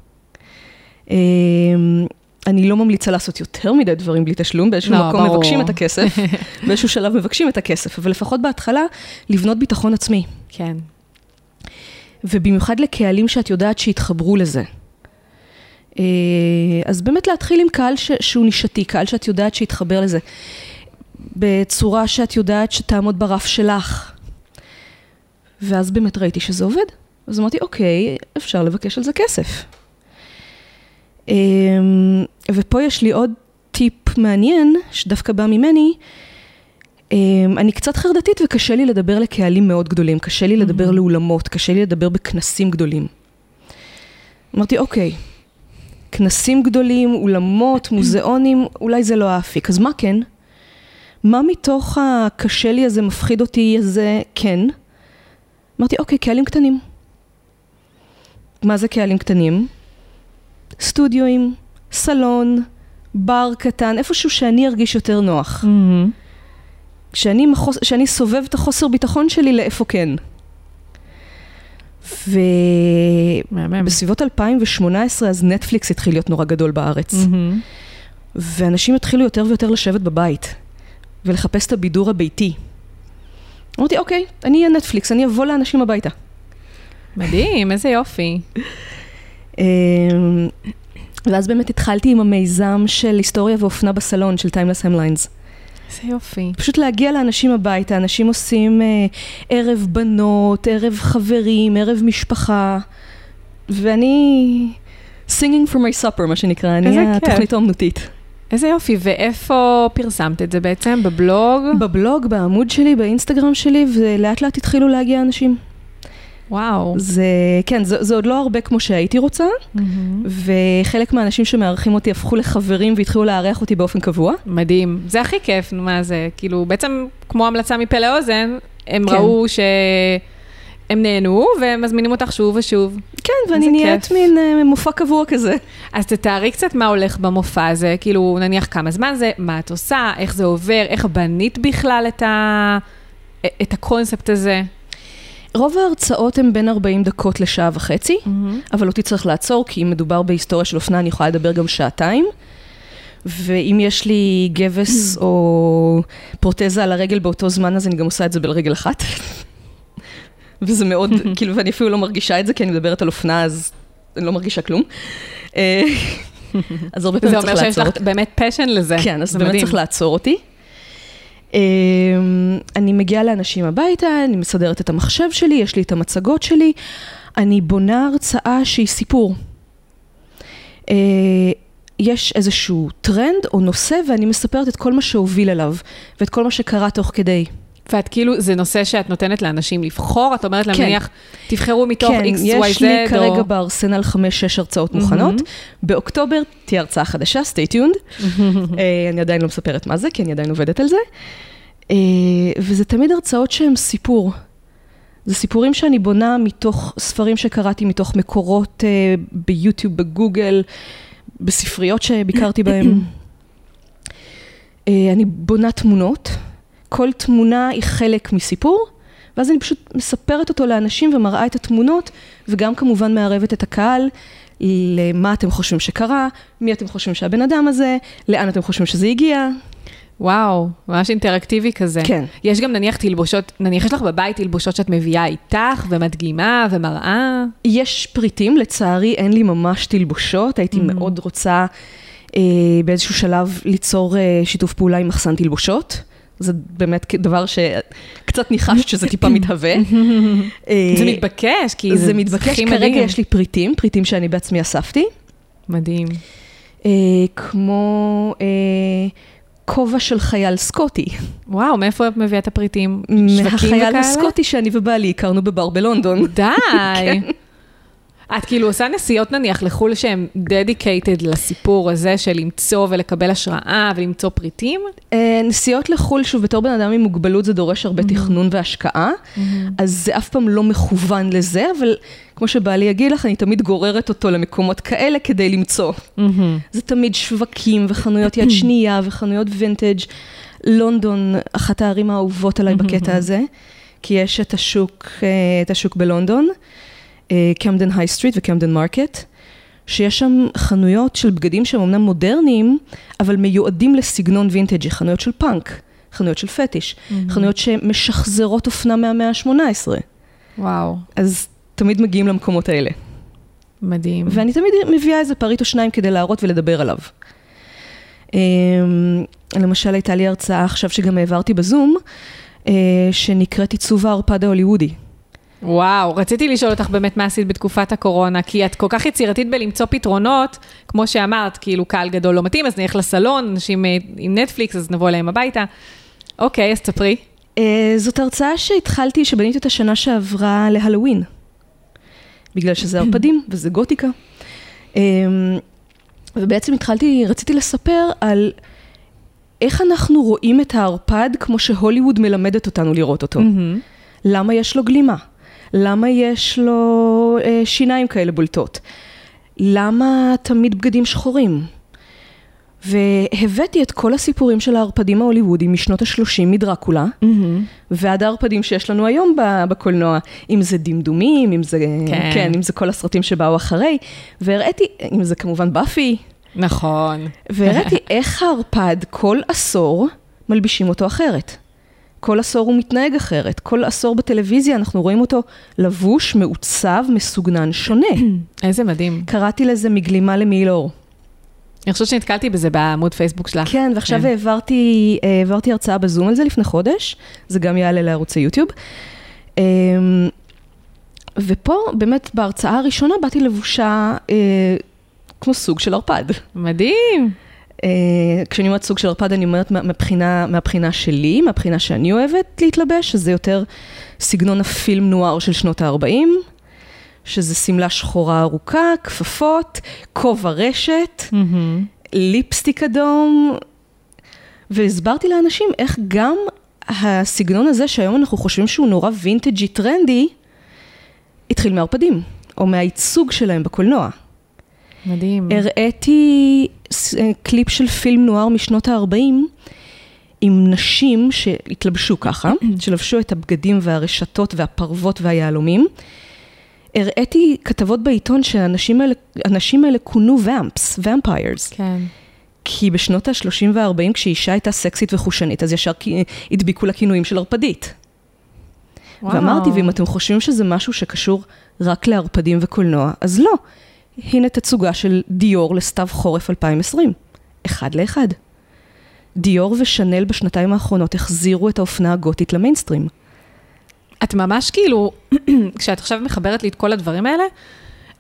אני לא ממליצה לעשות יותר מדי דברים בלי תשלום, באיזשהו לא, מקום ברור. מבקשים את הכסף, באיזשהו שלב מבקשים את הכסף, אבל לפחות בהתחלה, לבנות ביטחון עצמי. כן. ובמיוחד לקהלים שאת יודעת שהתחברו לזה. אז באמת להתחיל עם קהל ש... שהוא נישתי, קהל שאת יודעת שהתחבר לזה, בצורה שאת יודעת שתעמוד ברף שלך. ואז באמת ראיתי שזה עובד. אז אמרתי, אוקיי, אפשר לבקש על זה כסף. ופה יש לי עוד טיפ מעניין, שדווקא בא ממני, אני קצת חרדתית וקשה לי לדבר לקהלים מאוד גדולים, קשה לי לדבר לאולמות, קשה לי לדבר בכנסים גדולים. אמרתי, אוקיי, כנסים גדולים, אולמות, מוזיאונים, אולי זה לא האפיק, אז מה כן? מה מתוך הקשה לי הזה, מפחיד אותי הזה, כן? אמרתי, אוקיי, קהלים קטנים. מה זה קהלים קטנים? סטודיואים, סלון, בר קטן, איפשהו שאני ארגיש יותר נוח. Mm-hmm. כשאני, מחוס... כשאני סובב את החוסר ביטחון שלי, לאיפה כן. ובסביבות אלפיים ושמונה עשרה, אז נטפליקס התחיל להיות נורא גדול בארץ. Mm-hmm. ואנשים התחילו יותר ויותר לשבת בבית, ולחפש את הבידור הביתי. אמרתי, אוקיי, אני אהיה נטפליקס, אני אבוא לאנשים הביתה. מדהים, איזה יופי. ואז באמת התחלתי עם המיזם של היסטוריה ואופנה בסלון, של Timeless Hemlines. איזה יופי. פשוט להגיע לאנשים הביתה, אנשים עושים אה, ערב בנות, ערב חברים, ערב משפחה, ואני singing for my supper, מה שנקרא, אני התוכנית האומנותית. איזה יופי, ואיפה פרסמת את זה בעצם? בבלוג? בבלוג, בעמוד שלי, באינסטגרם שלי, ולאט לאט התחילו להגיע אנשים. וואו. זה, כן, זה, זה עוד לא הרבה כמו שהייתי רוצה, mm-hmm. וחלק מהאנשים שמארחים אותי הפכו לחברים והתחילו לארח אותי באופן קבוע. מדהים. זה הכי כיף, מה זה? כאילו, בעצם כמו המלצה מפה לאוזן, הם כן. ראו שהם נהנו, והם מזמינים אותך שוב ושוב. כן, ואני נהיית מין uh, מופע קבוע כזה. אז תתארי קצת מה הולך במופע הזה, כאילו, נניח כמה זמן זה, מה את עושה, איך זה עובר, איך בנית בכלל את, ה... את הקונספט הזה. רוב ההרצאות הן בין ארבעים דקות לשעה וחצי, mm-hmm. אבל אותי צריך לעצור, כי אם מדובר בהיסטוריה של אופנה, אני יכולה לדבר גם שעתיים, ואם יש לי גבס או פרוטזה על הרגל באותו זמן, אז אני גם עושה את זה ברגל אחת. וזה מאוד, כאילו, ואני אפילו לא מרגישה את זה, כי אני מדברת על אופנה, אז אני לא מרגישה כלום. אז הרבה פעמים צריך לעצור. זה אומר שיש לך באמת פשן לזה. כן, אז באמת צריך לעצור אותי. אני מגיעה לאנשים הביתה, אני מסדרת את המחשב שלי, יש לי את המצגות שלי, אני בונה הרצאה שהיא סיפור. יש איזשהו טרנד או נושא, ואני מספרת את כל מה שהוביל אליו, ואת כל מה שקרה תוך כדי. ואת כאילו, זה נושא שאת נותנת לאנשים לבחור, את אומרת להם, נניח, תבחרו מתוך כן, X, Y, Z, או... כן, יש לי כרגע בארסנל חמש, שש הרצאות מוכנות. באוקטובר תהיה הרצאה חדשה, stay tuned. אני עדיין לא מספרת מה זה, כי אני עדיין עובדת על זה. וזה תמיד הרצאות שהן סיפור. זה סיפורים שאני בונה מתוך ספרים שקראתי, מתוך מקורות ביוטיוב, בגוגל, בספריות שביקרתי בהם. אני בונה תמונות. כל תמונה היא חלק מסיפור, ואז אני פשוט מספרת אותו לאנשים ומראה את התמונות, וגם כמובן מערבת את הקהל למה אתם חושבים שקרה, מי אתם חושבים שהבן אדם הזה, לאן אתם חושבים שזה הגיע. וואו, ממש אינטראקטיבי כזה. כן. יש גם נניח תלבושות, נניח יש לך בבית תלבושות שאת מביאה איתך ומדגימה ומראה? יש פריטים, לצערי אין לי ממש תלבושות, הייתי mm-hmm. מאוד רוצה אה, באיזשהו שלב ליצור אה, שיתוף פעולה עם מחסן תלבושות. זה באמת דבר שקצת ניחשת שזה טיפה מתהווה. זה מתבקש, כי זה זה מתבקש. כרגע יש לי פריטים, פריטים שאני בעצמי אספתי. מדהים. כמו כובע של חייל סקוטי. וואו, מאיפה את מביאה את הפריטים? מהחייל הסקוטי שאני ובעלי הכרנו בבר בלונדון. די. את כאילו עושה נסיעות נניח לחול שהן dedicated לסיפור הזה של למצוא ולקבל השראה ולמצוא פריטים? נסיעות לחול, שוב, בתור בן אדם עם מוגבלות זה דורש הרבה תכנון והשקעה, אז זה אף פעם לא מכוון לזה, אבל כמו שבעלי יגיד לך, אני תמיד גוררת אותו למקומות כאלה כדי למצוא. זה תמיד שווקים וחנויות יד שנייה וחנויות וינטג'. לונדון, אחת הערים האהובות עליי בקטע הזה, כי יש את השוק, את השוק בלונדון, קמדן היי סטריט וקמדן מרקט, שיש שם חנויות של בגדים שהם אמנם מודרניים, אבל מיועדים לסגנון וינטג'י, חנויות של פאנק, חנויות של פטיש, mm-hmm. חנויות שמשחזרות אופנה מהמאה ה-שמונה עשרה. וואו. אז תמיד מגיעים למקומות האלה. מדהים. ואני תמיד מביאה איזה פריט או שניים כדי להראות ולדבר עליו. למשל, הייתה לי הרצאה עכשיו שגם העברתי בזום, שנקראת עיצוב הערפד ההוליוודי. וואו, רציתי לשאול אותך באמת מה עשית בתקופת הקורונה, כי את כל כך יצירתית בלמצוא פתרונות, כמו שאמרת, כאילו קהל גדול לא מתאים, אז נלך לסלון, אנשים עם נטפליקס, אז נבוא אליהם הביתה. אוקיי, אז תספרי. זאת הרצאה שהתחלתי, שבניתי את השנה שעברה להלווין, בגלל שזה ערפדים וזה גותיקה. ובעצם התחלתי, רציתי לספר על איך אנחנו רואים את הערפד, כמו שהוליווד מלמדת אותנו לראות אותו. למה יש לו גלימה? למה יש לו אה, שיניים כאלה בולטות? למה תמיד בגדים שחורים? והבאתי את כל הסיפורים של הערפדים ההוליוודיים משנות ה-שלושים מדרקולה, mm-hmm. ועד הערפדים שיש לנו היום בקולנוע, אם זה דמדומים, אם זה, כן. כן, אם זה כל הסרטים שבאו אחרי, והראיתי, אם זה כמובן באפי. נכון. והראיתי איך הערפד כל עשור מלבישים אותו אחרת. כל עשור הוא מתנהג אחרת. כל עשור בטלוויזיה אנחנו רואים אותו לבוש, מעוצב, מסוגנן, שונה. איזה מדהים. קראתי לזה מגלימה למעיל אור. אני חושבת שנתקלתי בזה בעמוד פייסבוק שלך. כן, ועכשיו כן. העברתי, העברתי הרצאה בזום על זה לפני חודש. זה גם יעלה לערוץ היוטיוב. ופה באמת בהרצאה הראשונה באתי לבושה כמו סוג של ערפד. מדהים. כשאני אומרת סוג של ערפד, אני אומרת מהבחינה, מהבחינה שלי, מהבחינה שאני אוהבת להתלבש, שזה יותר סגנון הפילם נואר של שנות ה-ארבעים, שזה סמלה שחורה ארוכה, כפפות, כובע רשת, mm-hmm. ליפסטיק אדום, והסברתי לאנשים איך גם הסגנון הזה, שהיום אנחנו חושבים שהוא נורא וינטג'י טרנדי, התחיל מערפדים, או מהייצוג שלהם בקולנוע. מדהים. הראיתי קליפ של פילם נואר משנות ה-ארבעים, עם נשים שהתלבשו ככה, שלבשו את הבגדים והרשתות והפרוות והיהלומים. הראיתי כתבות בעיתון שהאנשים האלה, האנשים האלה כונו ואמפס, ואמפיירס. כן. כי בשנות ה-שלושים וה-ארבעים, כשאישה הייתה סקסית וחושנית, אז ישר הדביקו לה כינויים של ערפדית. וואו. ואמרתי, ואם אתם חושבים שזה משהו שקשור רק לערפדים וקולנוע, אז לא. הנה תצוגה של דיור לסתיו חורף אלפיים ועשרים. אחד לאחד. דיור ושנל בשנתיים האחרונות החזירו את האופנה הגותית למיינסטרים. את ממש כאילו, כשאת עכשיו מחברת לי את כל הדברים האלה,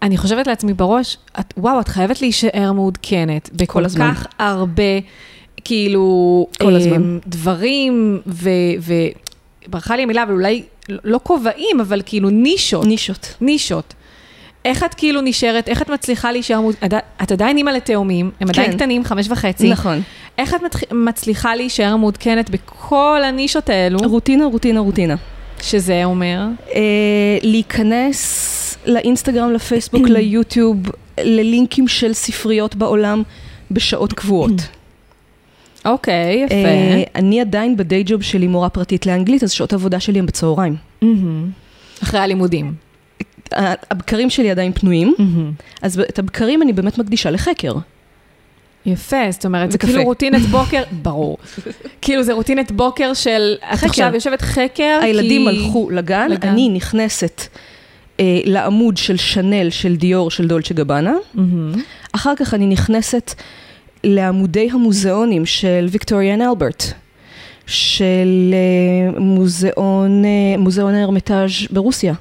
אני חושבת לעצמי בראש, את, וואו, את חייבת להישאר מעודכנת, בכל כך הרבה, כאילו, כל הזמן. דברים, ו, וברכה לי המילה, אבל אולי לא כובעים, אבל כאילו נישות. נישות. נישות. איך את כאילו נשארת, איך את מצליחה להישאר מעודכנת, את עדיין אימא לתאומים, הם עדיין כן. קטנים, חמש וחצי. נכון. איך את מצליחה להישאר מעודכנת בכל הנישות האלו? רוטינה, רוטינה, רוטינה. שזה אומר? אה, להיכנס לאינסטגרם, לפייסבוק, ליוטיוב, ללינקים של ספריות בעולם בשעות קבועות. אוקיי, יפה. אה, אני עדיין בדיי ג'וב שלי מורה פרטית לאנגלית, אז שעות העבודה שלי הם בצהריים. אחרי הלימודים. הבקרים שלי עדיין פנויים, אז את הבקרים אני באמת מקדישה לחקר. יפה, זאת אומרת, זה כאילו רוטינת בוקר, ברור. כאילו זה רוטינת בוקר של, את עכשיו יושבת חקר, הילדים הלכו לגן, אני נכנסת לעמוד של שנל, של דיור, של דולצ'ה גבאנה, אחר כך אני נכנסת לעמודי המוזיאונים של ויקטוריה אנד אלברט, של מוזיאון, מוזיאון ההרמיטאז' ברוסיה.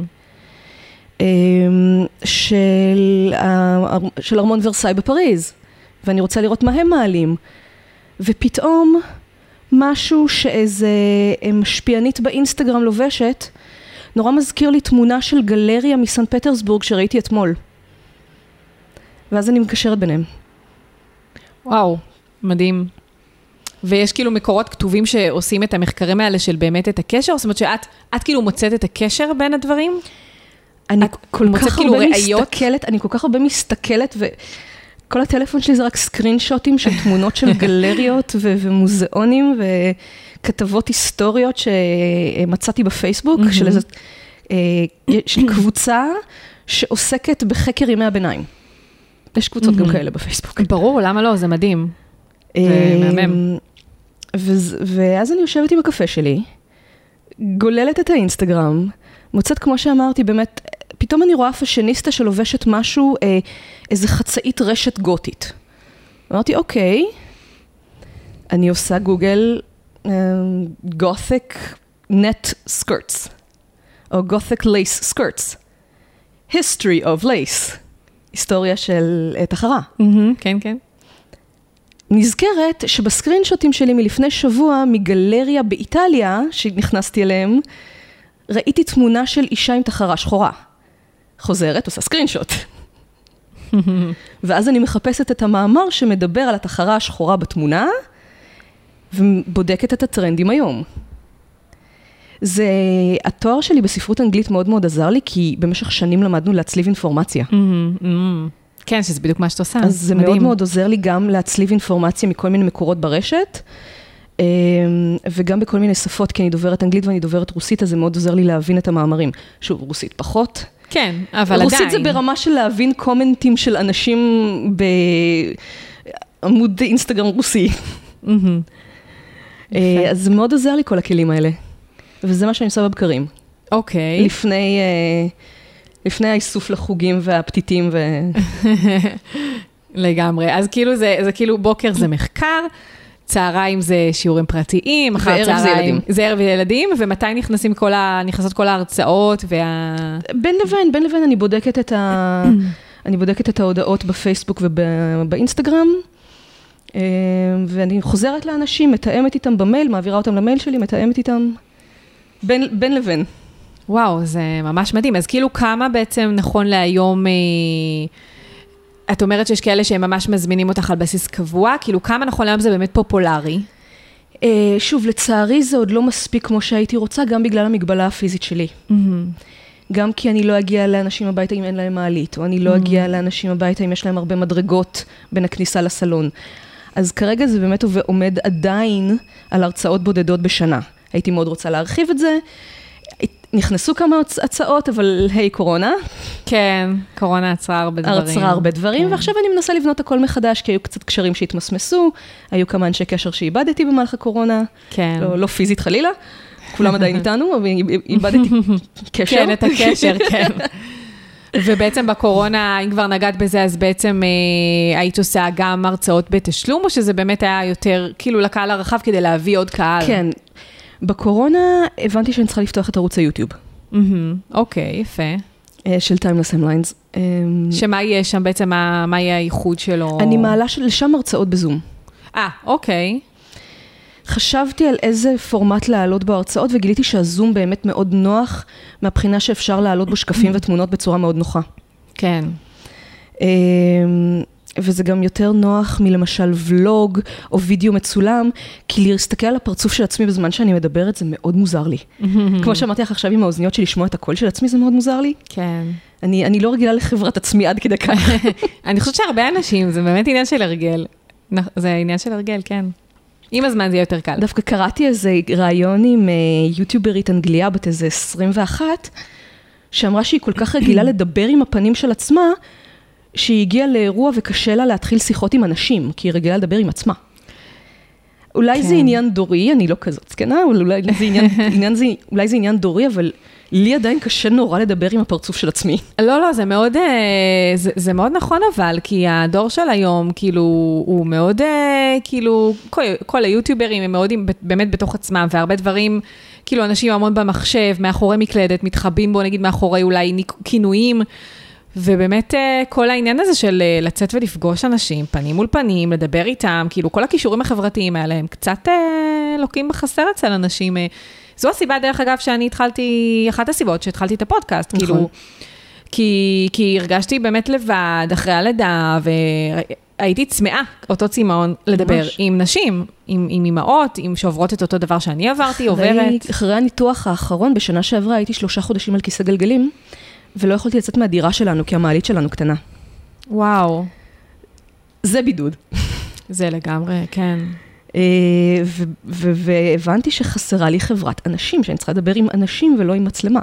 של, של ארמון ורסאי בפריז, ואני רוצה לראות מה הם מעלים. ופתאום משהו שאיזה משפיענית באינסטגרם לובשת, נורא מזכיר לי תמונה של גלריה מסן פטרסבורג שראיתי אתמול. ואז אני מקשרת ביניהם. וואו, מדהים. ויש כאילו מקורות כתובים שעושים את המחקרים האלה של באמת את הקשר? זאת אומרת שאת את כאילו מוצאת את הקשר בין הדברים? אני כל כך הרבה מסתכלת, אני כל כך הרבה מסתכלת, וכל הטלפון שלי זה רק סקרינשוטים של תמונות של גלריות ומוזיאונים וכתבות היסטוריות שמצאתי בפייסבוק, של איזו קבוצה שעוסקת בחקר ימי הביניים. יש קבוצות גם כאלה בפייסבוק. ברור, למה לא? זה מדהים. זה מהמם. ואז אני יושבת עם הקפה שלי, גוללת את האינסטגרם, מוצאת, כמו שאמרתי, באמת, פתאום אני רואה פאשיניסטה שלובשת משהו, אה, איזה חצאית רשת גותית. אמרתי, אוקיי, אני עושה גוגל, אה, Gothic net skirts, או Gothic lace skirts. History of lace. היסטוריה של אה, תחרה. Mm-hmm, כן, כן. נזכרת שבסקרינשוטים שלי מלפני שבוע, מגלריה באיטליה, שנכנסתי אליהם, ראיתי תמונה של אישה עם תחרה שחורה. חוזרת, עושה סקרינשוט. ואז אני מחפשת את המאמר שמדבר על התחרה השחורה בתמונה, ובודקת את הטרנדים היום. זה, התואר שלי בספרות אנגלית מאוד מאוד עזר לי, כי במשך שנים למדנו להצליב אינפורמציה. כן, שזה בדיוק מה שאת עושה. אז זה מאוד מאוד עוזר לי גם להצליב אינפורמציה מכל מיני מקורות ברשת, וגם בכל מיני שפות, כי אני דוברת אנגלית ואני דוברת רוסית, אז זה מאוד עוזר לי להבין את המאמרים. שוב, רוסית פחות. כן, אבל עדיין. רוסית זה ברמה של להבין קומנטים של אנשים בעמוד אינסטגרם רוסי. אז זה מאוד עוזר לי כל הכלים האלה. וזה מה שאני עושה בבקרים. אוקיי. לפני, לפני האיסוף לחוגים והפתיתים ו... לגמרי. אז כאילו זה, זה כאילו בוקר זה מחקר, צהריים זה שיעורים פרטיים, אחר צהריים זה ילדים. זה ערב ילדים, ומתי נכנסים כל ה... נכנסות כל ההרצאות וה... בין לבין, בין לבין אני בודקת את ה... אני בודקת את ההודעות בפייסבוק ובאינסטגרם, ואני חוזרת לאנשים, מתאמת איתם במייל, מעבירה אותם למייל שלי, מתאמת איתם בין, בין לבין. וואו, זה ממש מדהים. אז כאילו כמה בעצם נכון להיום... את אומרת שיש כאלה שהם ממש מזמינים אותך על בסיס קבוע, כאילו כמה נכון להיום זה באמת פופולרי? שוב, לצערי זה עוד לא מספיק כמו שהייתי רוצה, גם בגלל המגבלה הפיזית שלי. גם כי אני לא אגיע לאנשים הביתה אם אין להם מעלית, או אני לא אגיע לאנשים הביתה אם יש להם הרבה מדרגות בין הכניסה לסלון. אז כרגע זה באמת עומד עדיין על הרצאות בודדות בשנה. הייתי מאוד רוצה להרחיב את זה. נכנסו כמה הצעות, אבל היי קורונה. כן, קורונה עצרה הרבה דברים. עצרה הרבה דברים, כן. ועכשיו אני מנסה לבנות הכל מחדש, כי היו קצת קשרים שהתמסמסו, היו כמה אנשי קשר שאיבדתי במהלך הקורונה, כן. לא, לא פיזית חלילה, כולם עדיין איתנו, אבל איבדתי קשר. כן, את הקשר, כן. ובעצם בקורונה, אם כבר נגעת בזה, אז בעצם אה, היית עושה גם הרצאות בתשלום, או שזה באמת היה יותר, כאילו לקהל הרחב כדי להביא עוד קהל? כן. בקורונה הבנתי שאני צריכה לפתוח את ערוץ היוטיוב. אוקיי, יפה. של Timeless Hemlines. שמה יהיה שם בעצם, מה, מה יהיה הייחוד שלו? אני מעלה לשם הרצאות בזום. אה, אוקיי. חשבתי על איזה פורמט להעלות בו הרצאות, וגיליתי שהזום באמת מאוד נוח, מהבחינה שאפשר להעלות בו שקפים ותמונות בצורה מאוד נוחה. כן. וזה גם יותר נוח מלמשל ולוג או וידאו מצולם, כי להסתכל על הפרצוף של עצמי בזמן שאני מדברת, זה מאוד מוזר לי. כמו שאמרתי לך עכשיו עם האוזניות שלי, לשמוע את הקול של עצמי, זה מאוד מוזר לי. כן. אני, אני לא רגילה לחברת עצמי עד כדי כך. אני חושבת שהרבה אנשים, זה באמת עניין של הרגל. זה עניין של הרגל, כן. עם הזמן זה יהיה יותר קל. דווקא קראתי איזה רעיון עם יוטיוברית אנגליה, בת איזה עשרים ואחת, שאמרה שהיא כל כך רגילה לדבר עם הפנים של עצמה, שהיא הגיעה לאירוע וקשה לה להתחיל שיחות עם אנשים, כי היא רגילה לדבר עם עצמה. אולי זה עניין דורי, אני לא כזאת זקנה, אולי זה עניין, עניין זה, אולי זה עניין דורי, אבל לי עדיין קשה נורא לדבר עם הפרצוף של עצמי. לא, לא, זה מאוד, זה, זה מאוד נכון אבל, כי הדור של היום, כאילו, הוא מאוד, כאילו, כל, כל היוטיוברים הם מאוד באמת בתוך עצמם, והרבה דברים, כאילו, אנשים המון במחשב, מאחורי מקלדת, מתחבאים בו, נגיד, מאחורי אולי כינויים, ובאמת כל העניין הזה של לצאת ולפגוש אנשים, פנים מול פנים, לדבר איתם, כאילו כל הכישורים החברתיים האלה, הם קצת לוקים בחסר אצל אנשים. זו הסיבה דרך אגב שאני התחלתי, אחת הסיבות שהתחלתי את הפודקאסט, נכון. כאילו, כי, כי הרגשתי באמת לבד אחרי הלידה, והייתי צמאה, אותו צמאון, לדבר ממש. עם נשים, עם, עם אמאות, עם שעוברות את אותו דבר שאני עברתי, אחרי, עוברת. אחרי הניתוח האחרון, בשנה שעברה, הייתי שלושה חודשים על כיסא גלגלים, ולא יכולתי לצאת מהדירה שלנו, כי המעלית שלנו קטנה. וואו. זה בידוד. זה לגמרי, כן. והבנתי שחסרה לי חברת אנשים, שאני צריכה לדבר עם אנשים ולא עם מצלמה.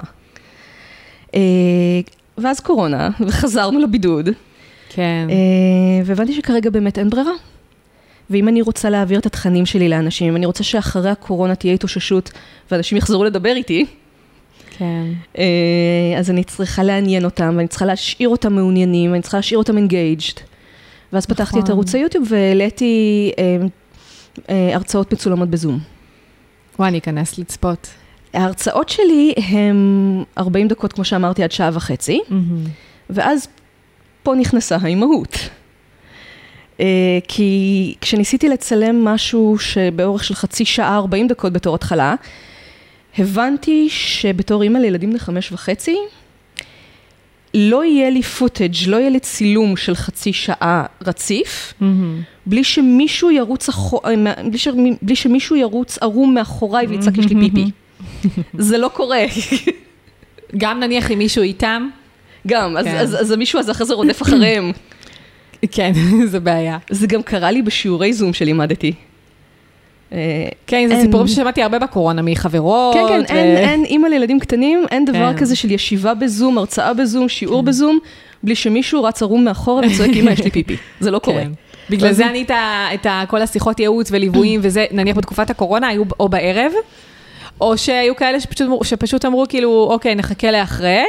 ואז קורונה, וחזרנו לבידוד. כן. והבנתי שכרגע באמת אין ברירה. ואם אני רוצה להעביר את התכנים שלי לאנשים, אם אני רוצה שאחרי הקורונה תהיה התאוששות, ואנשים יחזרו לדבר איתי, כן. אז אני צריכה לעניין אותם, ואני צריכה להשאיר אותם מעוניינים, ואני צריכה להשאיר אותם engaged. ואז נכון. פתחתי את ערוץ היוטיוב, והעליתי הרצאות מצולמות בזום. וואי, אני אכנס לצפות. ההרצאות שלי הן ארבעים דקות, כמו שאמרתי, עד שעה וחצי, mm-hmm. ואז פה נכנסה האימהות. כי כשניסיתי לצלם משהו שבאורך של חצי שעה, ארבעים דקות בתור התחלה, הבנתי שבתור אימא לילדים לחמש וחצי, לא יהיה לי פוטאג', לא יהיה לי צילום של חצי שעה רציף, mm-hmm. בלי שמישהו ירוץ, אחור... בלי, ש... בלי שמישהו ירוץ ערום מאחוריי ויצעק יש לי פיפי. זה לא קורה. גם נניח עם מישהו איתם? גם, כן. אז, אז, אז מישהו הזה אחרי זה רודף אחריהם. כן, זה בעיה. זה גם קרה לי בשיעורי זום שלימדתי. כן, זה סיפורים ששמעתי הרבה בקורונה, מחברות. כן, כן, אין אימא לילדים קטנים, אין דבר כזה של ישיבה בזום, הרצאה בזום, שיעור בזום, בלי שמישהו רץ ערום מאחורה וצועק, אמא, יש לי פיפי. זה לא קורה. בגלל זה אני את כל השיחות ייעוץ וליוויים, וזה, נניח בתקופת הקורונה, היו או בערב, או שהיו כאלה שפשוט אמרו, כאילו, אוקיי, נחכה לאחרי,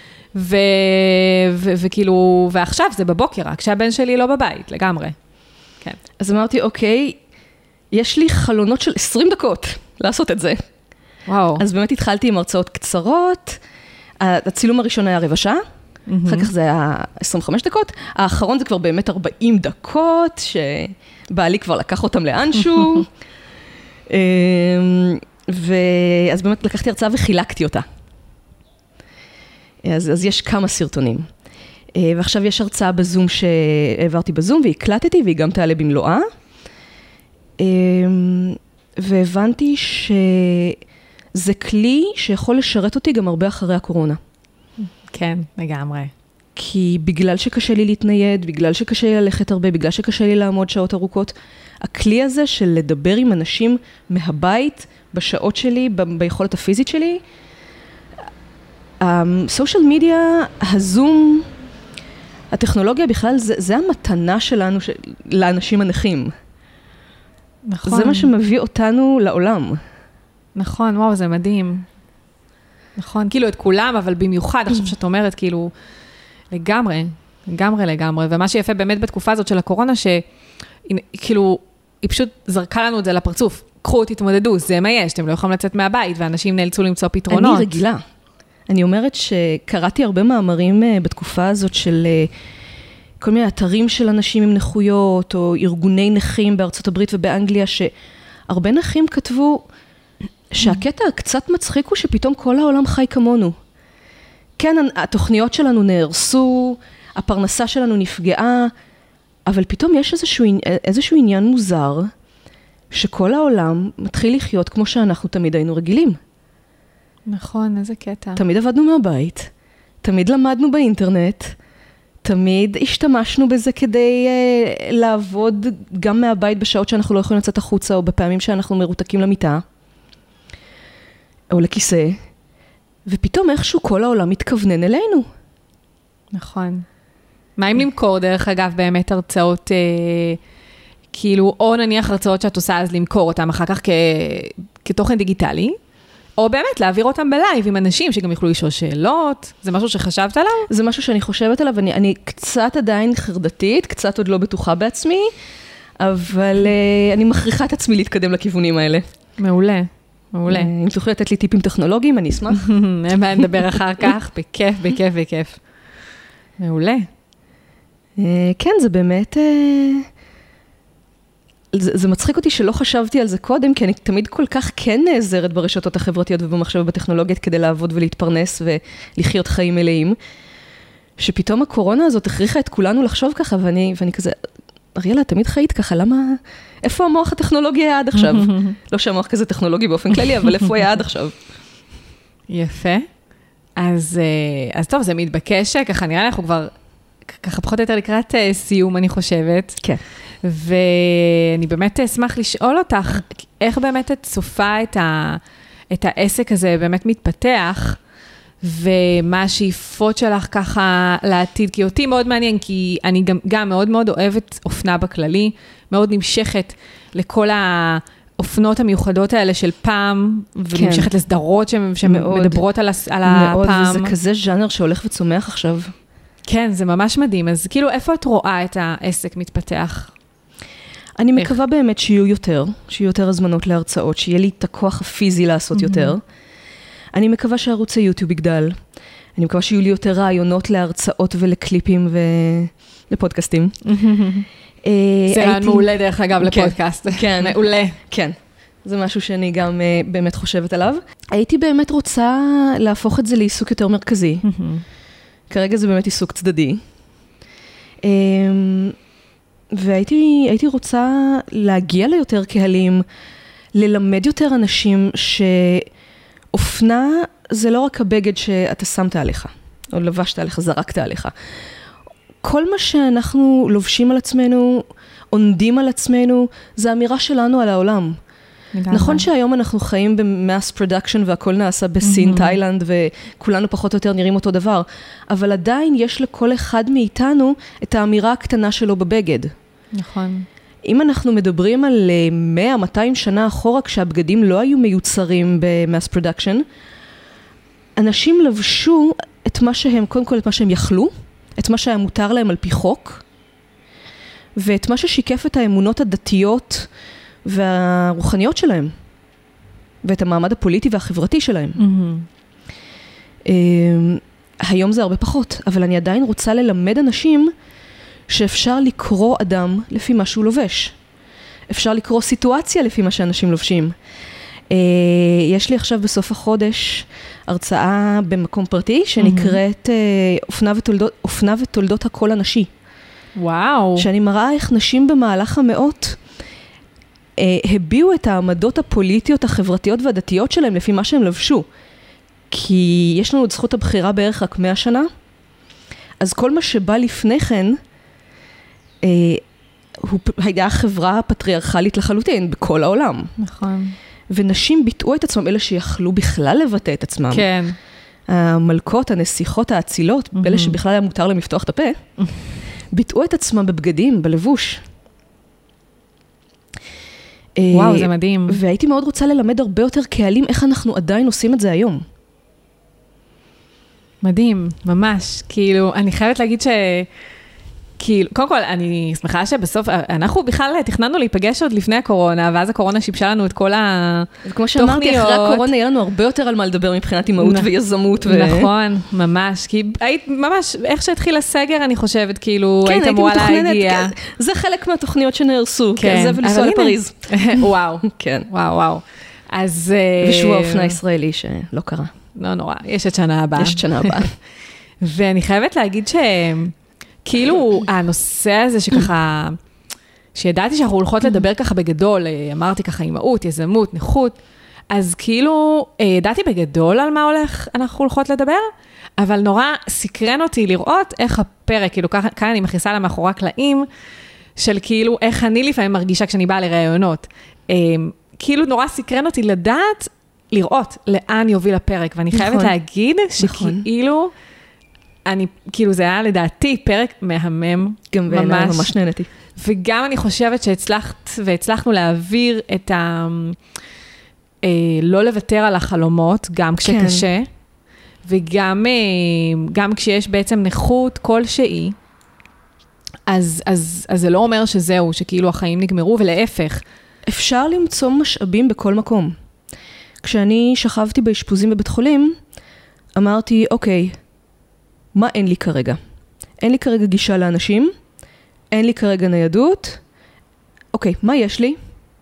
וכאילו, ועכשיו זה בבוקר, רק שהבן שלי לא בבית, לגמרי. כן. אז אמרתי, אוקיי, יש לי חלונות של עשרים דקות לעשות את זה. וואו. אז באמת התחלתי עם הרצאות קצרות, הצילום הראשון היה רבע שעה, mm-hmm. אחר כך זה היה עשרים וחמש דקות, האחרון זה כבר באמת ארבעים דקות, שבעלי כבר לקח אותם לאנשהו, ואז באמת לקחתי הרצאה וחילקתי אותה. אז, אז יש כמה סרטונים. ועכשיו יש הרצאה בזום שהעברתי בזום, והקלטתי, והיא גם תעלה במלואה. והבנתי שזה כלי שיכול לשרת אותי גם הרבה אחרי הקורונה. כן, לגמרי. כי בגלל שקשה לי להתנייד, בגלל שקשה לי ללכת הרבה, בגלל שקשה לי לעמוד שעות ארוכות, הכלי הזה של לדבר עם אנשים מהבית, בשעות שלי, ב- ביכולת הפיזית שלי, הסושיאל מדיה, הזום, הטכנולוגיה בכלל, זה, זה המתנה שלנו, של, לאנשים הנכים. נכון. זה מה שמביא אותנו לעולם. נכון, וואו, זה מדהים. נכון, כאילו את כולם, אבל במיוחד, עכשיו שאת אומרת, כאילו, לגמרי, לגמרי, לגמרי. ומה שיפה באמת בתקופה הזאת של הקורונה, שכאילו, היא פשוט זרקה לנו את זה לפרצוף. קחו, תתמודדו, זה מה יש, אתם לא יכולים לצאת מהבית, ואנשים נאלצו למצוא פתרונות. אני רגילה. אני אומרת שקראתי הרבה מאמרים בתקופה הזאת של כל מיני אתרים של אנשים עם נכויות, או ארגוני נכים בארצות הברית ובאנגליה, שהרבה נכים כתבו שהקטע קצת מצחיק הוא שפתאום כל העולם חי כמונו. כן, התוכניות שלנו נהרסו, הפרנסה שלנו נפגעה, אבל פתאום יש איזשהו, איזשהו עניין מוזר, שכל העולם מתחיל לחיות כמו שאנחנו תמיד היינו רגילים. נכון, איזה קטע. תמיד עבדנו מהבית, תמיד למדנו באינטרנט, תמיד השתמשנו בזה כדי uh, לעבוד גם מהבית בשעות שאנחנו לא יכולים לצאת החוצה, או בפעמים שאנחנו מרותקים למיטה, או לכיסא, ופתאום איכשהו כל העולם מתכוונן אלינו. נכון. מה אם למכור דרך אגב באמת הרצאות, אה, כאילו, או נניח הרצאות שאת עושה אז למכור אותם אחר כך כ, כתוכן דיגיטלי, או באמת להעביר אותם בלייב עם אנשים שגם יוכלו לשאול שאלות, זה משהו שחשבת עליו? זה משהו שאני חושבת עליו, אני, אני קצת עדיין חרדתית, קצת עוד לא בטוחה בעצמי, אבל אה, אני מכריחה את עצמי להתקדם לכיוונים האלה. מעולה. מעולה. אם תוכלי לתת לי טיפים טכנולוגיים, אני אשמח. אין בעיה, נדבר אחר כך, בכיף, בכיף, בכיף. מעולה. כן, זה באמת, זה, זה מצחיק אותי שלא חשבתי על זה קודם, כי אני תמיד כל כך כן נעזרת ברשתות החברתיות ובמחשב ובטכנולוגיות כדי לעבוד ולהתפרנס ולחיות חיים מלאים, שפתאום הקורונה הזאת הכריחה את כולנו לחשוב ככה, ואני, ואני כזה, אריאלה, תמיד חיית ככה, למה, איפה המוח הטכנולוגי היה עד עכשיו? לא שהמוח כזה טכנולוגי באופן כללי, אבל איפה היה עד עכשיו? יפה. אז, אז טוב, זה מתבקש, ככה נראה לי אנחנו כבר, ככה פחות או יותר לקראת סיום, אני חושבת. כן. ואני באמת אשמח לשאול אותך, איך באמת את צופה את, ה, את העסק הזה באמת מתפתח, ומה השאיפות שלך ככה לעתיד, כי אותי מאוד מעניין, כי אני גם, גם מאוד מאוד אוהבת אופנה בכללי, מאוד נמשכת לכל האופנות המיוחדות האלה של פעם, ונמשכת כן. לסדרות שמדברות על, על מאוד, הפעם. וזה כזה ז'אנר שהולך וצומח עכשיו. כן, זה ממש מדהים. אז כאילו, איפה את רואה את העסק מתפתח? אני איך? מקווה באמת שיהיו יותר, שיהיו יותר הזמנות להרצאות, שיהיה לי את הכוח הפיזי לעשות mm-hmm. יותר. אני מקווה שערוץ היוטיוב יגדל. אני מקווה שיהיו לי יותר רעיונות להרצאות ולקליפים ולפודקאסטים. זה רעיון מעולה דרך אגב לפודקאסט. כן. מעולה. כן. זה משהו שאני גם באמת חושבת עליו. הייתי באמת רוצה להפוך את זה לעיסוק יותר מרכזי. כרגע זה באמת עיסוק צדדי. והייתי הייתי רוצה להגיע ליותר קהלים, ללמד יותר אנשים שאופנה זה לא רק הבגד שאתה שמת עליך, או לבשת עליך, זרקת עליך. כל מה שאנחנו לובשים על עצמנו, עונדים על עצמנו, זה אמירה שלנו על העולם. נכון שהיום אנחנו חיים במאס פרודקשן והכל נעשה בסין, תאילנד, וכולנו פחות או יותר נראים אותו דבר, אבל עדיין יש לכל אחד מאיתנו את האמירה הקטנה שלו בבגד. נכון. אם אנחנו מדברים על מאה מאתיים שנה אחורה, כשהבגדים לא היו מיוצרים במאס פרודקשן, אנשים לבשו את מה שהם, קודם כל את מה שהם יכלו, את מה שהיה מותר להם על פי חוק, ואת מה ששיקף את האמונות הדתיות והרוחניות שלהם, ואת המעמד הפוליטי והחברתי שלהם. Mm-hmm. היום זה הרבה פחות, אבל אני עדיין רוצה ללמד אנשים שאפשר לקרוא אדם לפי מה שהוא לובש. אפשר לקרוא סיטואציה לפי מה שאנשים לובשים. יש לי עכשיו בסוף החודש הרצאה במקום פרטי שנקראת אופנה ותולדות, אופנה ותולדות הקול הנשי. וואו. שאני מראה איך נשים במהלך המאות הביאו את העמדות הפוליטיות, החברתיות והדתיות שלהם לפי מה שהם לבשו. כי יש לנו את זכות הבחירה בערך רק מאה שנה, אז כל מה שבא לפני כן, אה, הוא היה חברה פטריארכלית לחלוטין, בכל העולם. נכון. ונשים ביטאו את עצמם, אלה שיכלו בכלל לבטא את עצמם. כן. המלכות, הנסיכות, האצילות, mm-hmm. אלה שבכלל היה מותר להם לפתוח את הפה, ביטאו את עצמם בבגדים, בלבוש. וואו, זה מדהים. והייתי מאוד רוצה ללמד הרבה יותר קהלים איך אנחנו עדיין עושים את זה היום. מדהים, ממש. כאילו, אני חייבת להגיד ש... כאילו, קודם כל, אני שמחה שבסוף, אנחנו בכלל תכננו להיפגש עוד לפני הקורונה, ואז הקורונה שיבשה לנו את כל התוכניות. כמו שאמרתי, אחרי הקורונה יהיה לנו הרבה יותר על מה לדבר מבחינת אימהות ויזמות. נכון, ממש, כי היית ממש, איך שהתחיל הסגר, אני חושבת, כאילו, היית אמורה להגיע. זה חלק מהתוכניות שנהרסו, זה ולנסוע לפריז. וואו, כן. וואו, וואו. אז... ושבוע אופנה ישראלי שלא קרה. לא נורא, יש את שנה הבאה. יש את שנה הבאה. ואני חייבת להגיד ש... כאילו, הנושא הזה שככה, שידעתי שאנחנו הולכות לדבר ככה בגדול, אמרתי ככה אימהות, יזמות, נכות, אז כאילו, ידעתי בגדול על מה הולך, אנחנו הולכות לדבר, אבל נורא סקרן אותי לראות איך הפרק, כאילו, כאן אני מכניסה לה מאחורי הקלעים, של כאילו, איך אני לפעמים מרגישה כשאני באה לראיונות. כאילו, נורא סקרן אותי לדעת, לראות לאן יוביל הפרק, ואני חייבת להגיד שכאילו, אני, כאילו זה היה לדעתי פרק מהמם. גם בעיניי ממש נהנתי. וגם אני חושבת שהצלחת והצלחנו להעביר את ה... אה, לא לוותר על החלומות, גם כשקשה, כן. וגם אה, גם כשיש בעצם נכות כלשהי, אז, אז, אז זה לא אומר שזהו, שכאילו החיים נגמרו, ולהפך. אפשר למצוא משאבים בכל מקום. כשאני שכבתי באשפוזים בבית חולים, אמרתי, אוקיי, מה אין לי כרגע? אין לי כרגע גישה לאנשים, אין לי כרגע ניידות. אוקיי, מה יש לי?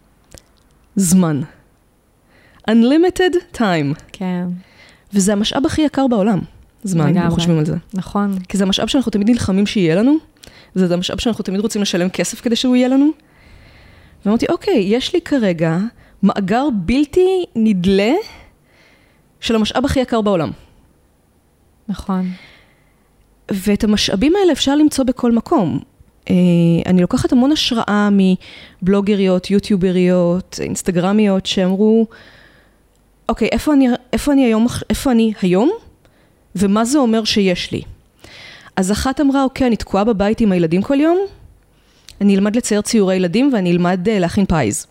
זמן. Unlimited time. כן. וזה המשאב הכי יקר בעולם. זמן, אנחנו חושבים על זה. נכון. כי זה המשאב שאנחנו תמיד נלחמים שיהיה לנו, זה המשאב שאנחנו תמיד רוצים לשלם כסף כדי שהוא יהיה לנו. ואמרתי, אוקיי, יש לי כרגע מאגר בלתי נדלה של המשאב הכי יקר בעולם. נכון. ואת המשאבים האלה אפשר למצוא בכל מקום. אני לוקחת המון השראה מבלוגריות, יוטיובריות, אינסטגרמיות, שאמרו, אוקיי, איפה אני, איפה אני היום, איפה אני היום, ומה זה אומר שיש לי? אז אחת אמרה, אוקיי, אני תקועה בבית עם הילדים כל יום, אני אלמד לצייר ציורי ילדים, ואני אלמד להכין פייז.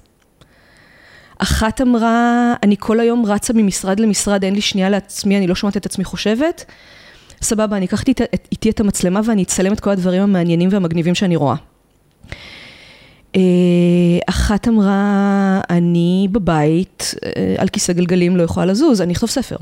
אחת אמרה, אני כל היום רצה ממשרד למשרד, אין לי שנייה לעצמי, אני לא שומעת את עצמי חושבת, סבבה, אני אקחתי איתי את המצלמה ואני אצלם את כל הדברים המעניינים והמגניבים שאני רואה. אחת אמרה, אני בבית, על כיסא גלגלים לא יכולה לזוז, אני אכתוב ספר.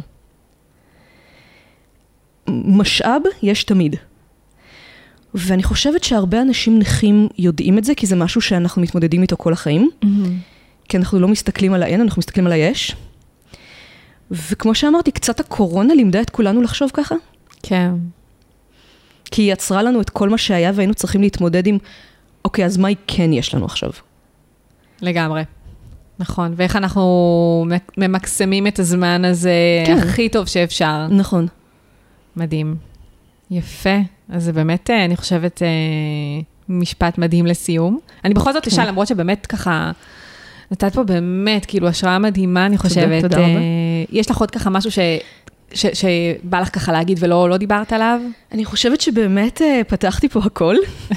משאב יש תמיד. ואני חושבת שהרבה אנשים נכים יודעים את זה, כי זה משהו שאנחנו מתמודדים איתו כל החיים. Mm-hmm. כי אנחנו לא מסתכלים על האין, אנחנו מסתכלים על היש. וכמו שאמרתי, קצת הקורונה לימדה את כולנו לחשוב ככה. כן. כי היא יצרה לנו את כל מה שהיה, והיינו צריכים להתמודד עם, אוקיי, אז מה כן יש לנו עכשיו? לגמרי. נכון. ואיך אנחנו ממקסמים את הזמן הזה כן. הכי טוב שאפשר. נכון. מדהים. יפה. אז זה באמת, אני חושבת, משפט מדהים לסיום. אני בכל זאת אשאל, למרות שבאמת ככה, נתת פה באמת, כאילו, השראה מדהימה, אני חושבת. תודה, תודה רבה. יש לך עוד ככה משהו ש... ש, שבא לך ככה להגיד ולא לא דיברת עליו? אני חושבת שבאמת פתחתי פה הכל.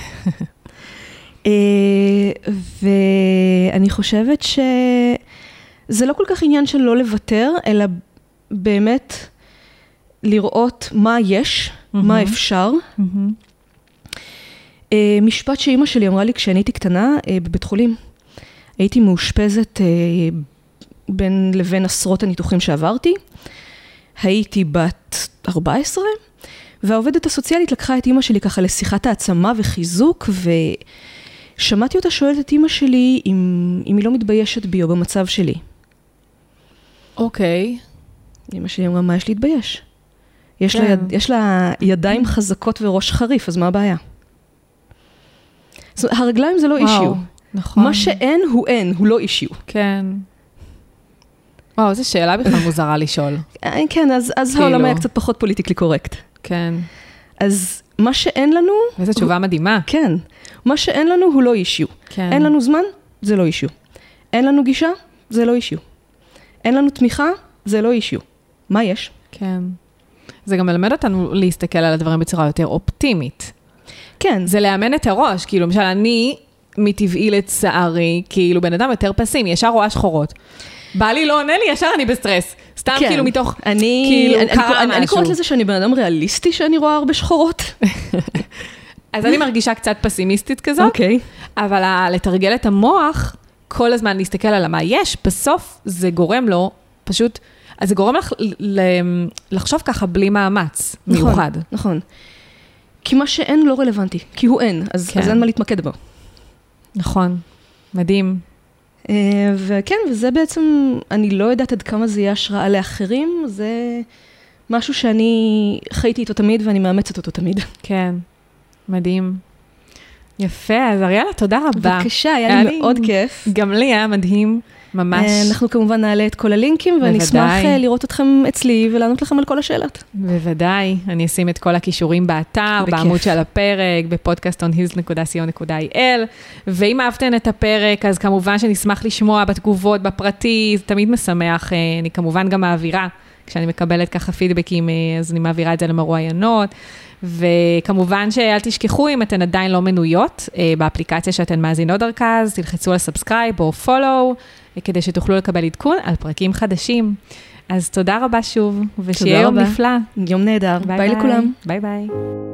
ואני חושבת שזה לא כל כך עניין של לא לוותר, אלא באמת לראות מה יש, מה אפשר. משפט שאימא שלי אמרה לי כשאני הייתי קטנה בבית חולים. הייתי מאושפזת בין לבין עשרות הניתוחים שעברתי. הייתי בת ארבע עשרה, והעובדת הסוציאלית לקחה את אמא שלי ככה לשיחת העצמה וחיזוק, ושמעתי אותה שואלת את אמא שלי אם, אם היא לא מתביישת בי או במצב שלי. אוקיי. אמא שלי אמרה, מה יש להתבייש? יש, לה, יד, יש לה ידיים חזקות וראש חריף, אז מה הבעיה? זאת אומרת, הרגליים זה לא אישיו. נכון. מה שאין הוא אין, הוא לא אישיו. כן. וואו, זו שאלה בכלל מוזרה לשאול. כן, אז, אז כאילו... העולם היה קצת פחות פוליטיקלי קורקט. כן. אז מה שאין לנו... וזו תשובה מדהימה. כן. מה שאין לנו הוא לא אישיו. כן. אין לנו זמן, זה לא אישיו. אין לנו גישה, זה לא אישיו. אין לנו תמיכה, זה לא אישיו. מה יש? כן. זה גם מלמד אותנו להסתכל על הדברים בצורה יותר אופטימית. כן. זה לאמן את הראש. כאילו, למשל, אני מטבעי לצערי, כאילו, בן אדם יותר פסימי, ישר רואה שחורות. בא לי לא עונה לי, ישר אני בסטרס. סתם כן. כאילו מתוך, אני, כאילו אני, קרה אני, משהו. אני קוראת לזה שאני בן אדם ריאליסטי שאני רואה הרבה שחורות. אז אני מרגישה קצת פסימיסטית כזאת, אוקיי. אבל ה- לתרגל את המוח, כל הזמן להסתכל על מה יש, בסוף זה גורם לו, פשוט, אז זה גורם לך ל- לחשוב ככה בלי מאמץ מיוחד. נכון, נכון. כי מה שאין לא רלוונטי, כי הוא אין, אז, כן. אז אין מה להתמקד בו. נכון, מדהים. אה, וכן, וזה בעצם, אני לא יודעת עד כמה זה יהיה השראה לאחרים, זה משהו שאני חייתי איתו תמיד ואני מאמצת אותו תמיד. כן, מדהים. יפה, אז אריאלה, תודה רבה. בבקשה, היה לי מאוד כיף. גם לי היה מדהים, ממש. אנחנו כמובן נעלה את כל הלינקים, ואני אשמח לראות אתכם אצלי ולענות לכם על כל השאלות. בוודאי, אני אשים את כל הכישורים באתר, בעמוד של הפרק, בפודקאסט on hills dot co dot i l, ואם אהבתן את הפרק, אז כמובן שנשמח לשמוע בתגובות, בפרטי, זה תמיד משמח, אני כמובן גם מעבירה, כשאני מקבלת ככה פידבקים, אז אני מעבירה את זה למרואיינות, וכמובן שאל תשכחו, אם אתן עדיין לא מנויות, באפליקציה שאתן מאזינות דרכה, אז תלחצו על סאבסקרייב או פולו, כדי שתוכלו לקבל עדכון על פרקים חדשים. אז תודה רבה שוב, ושיהיה יום נפלא. יום נהדר. ביי לכולם. ביי ביי.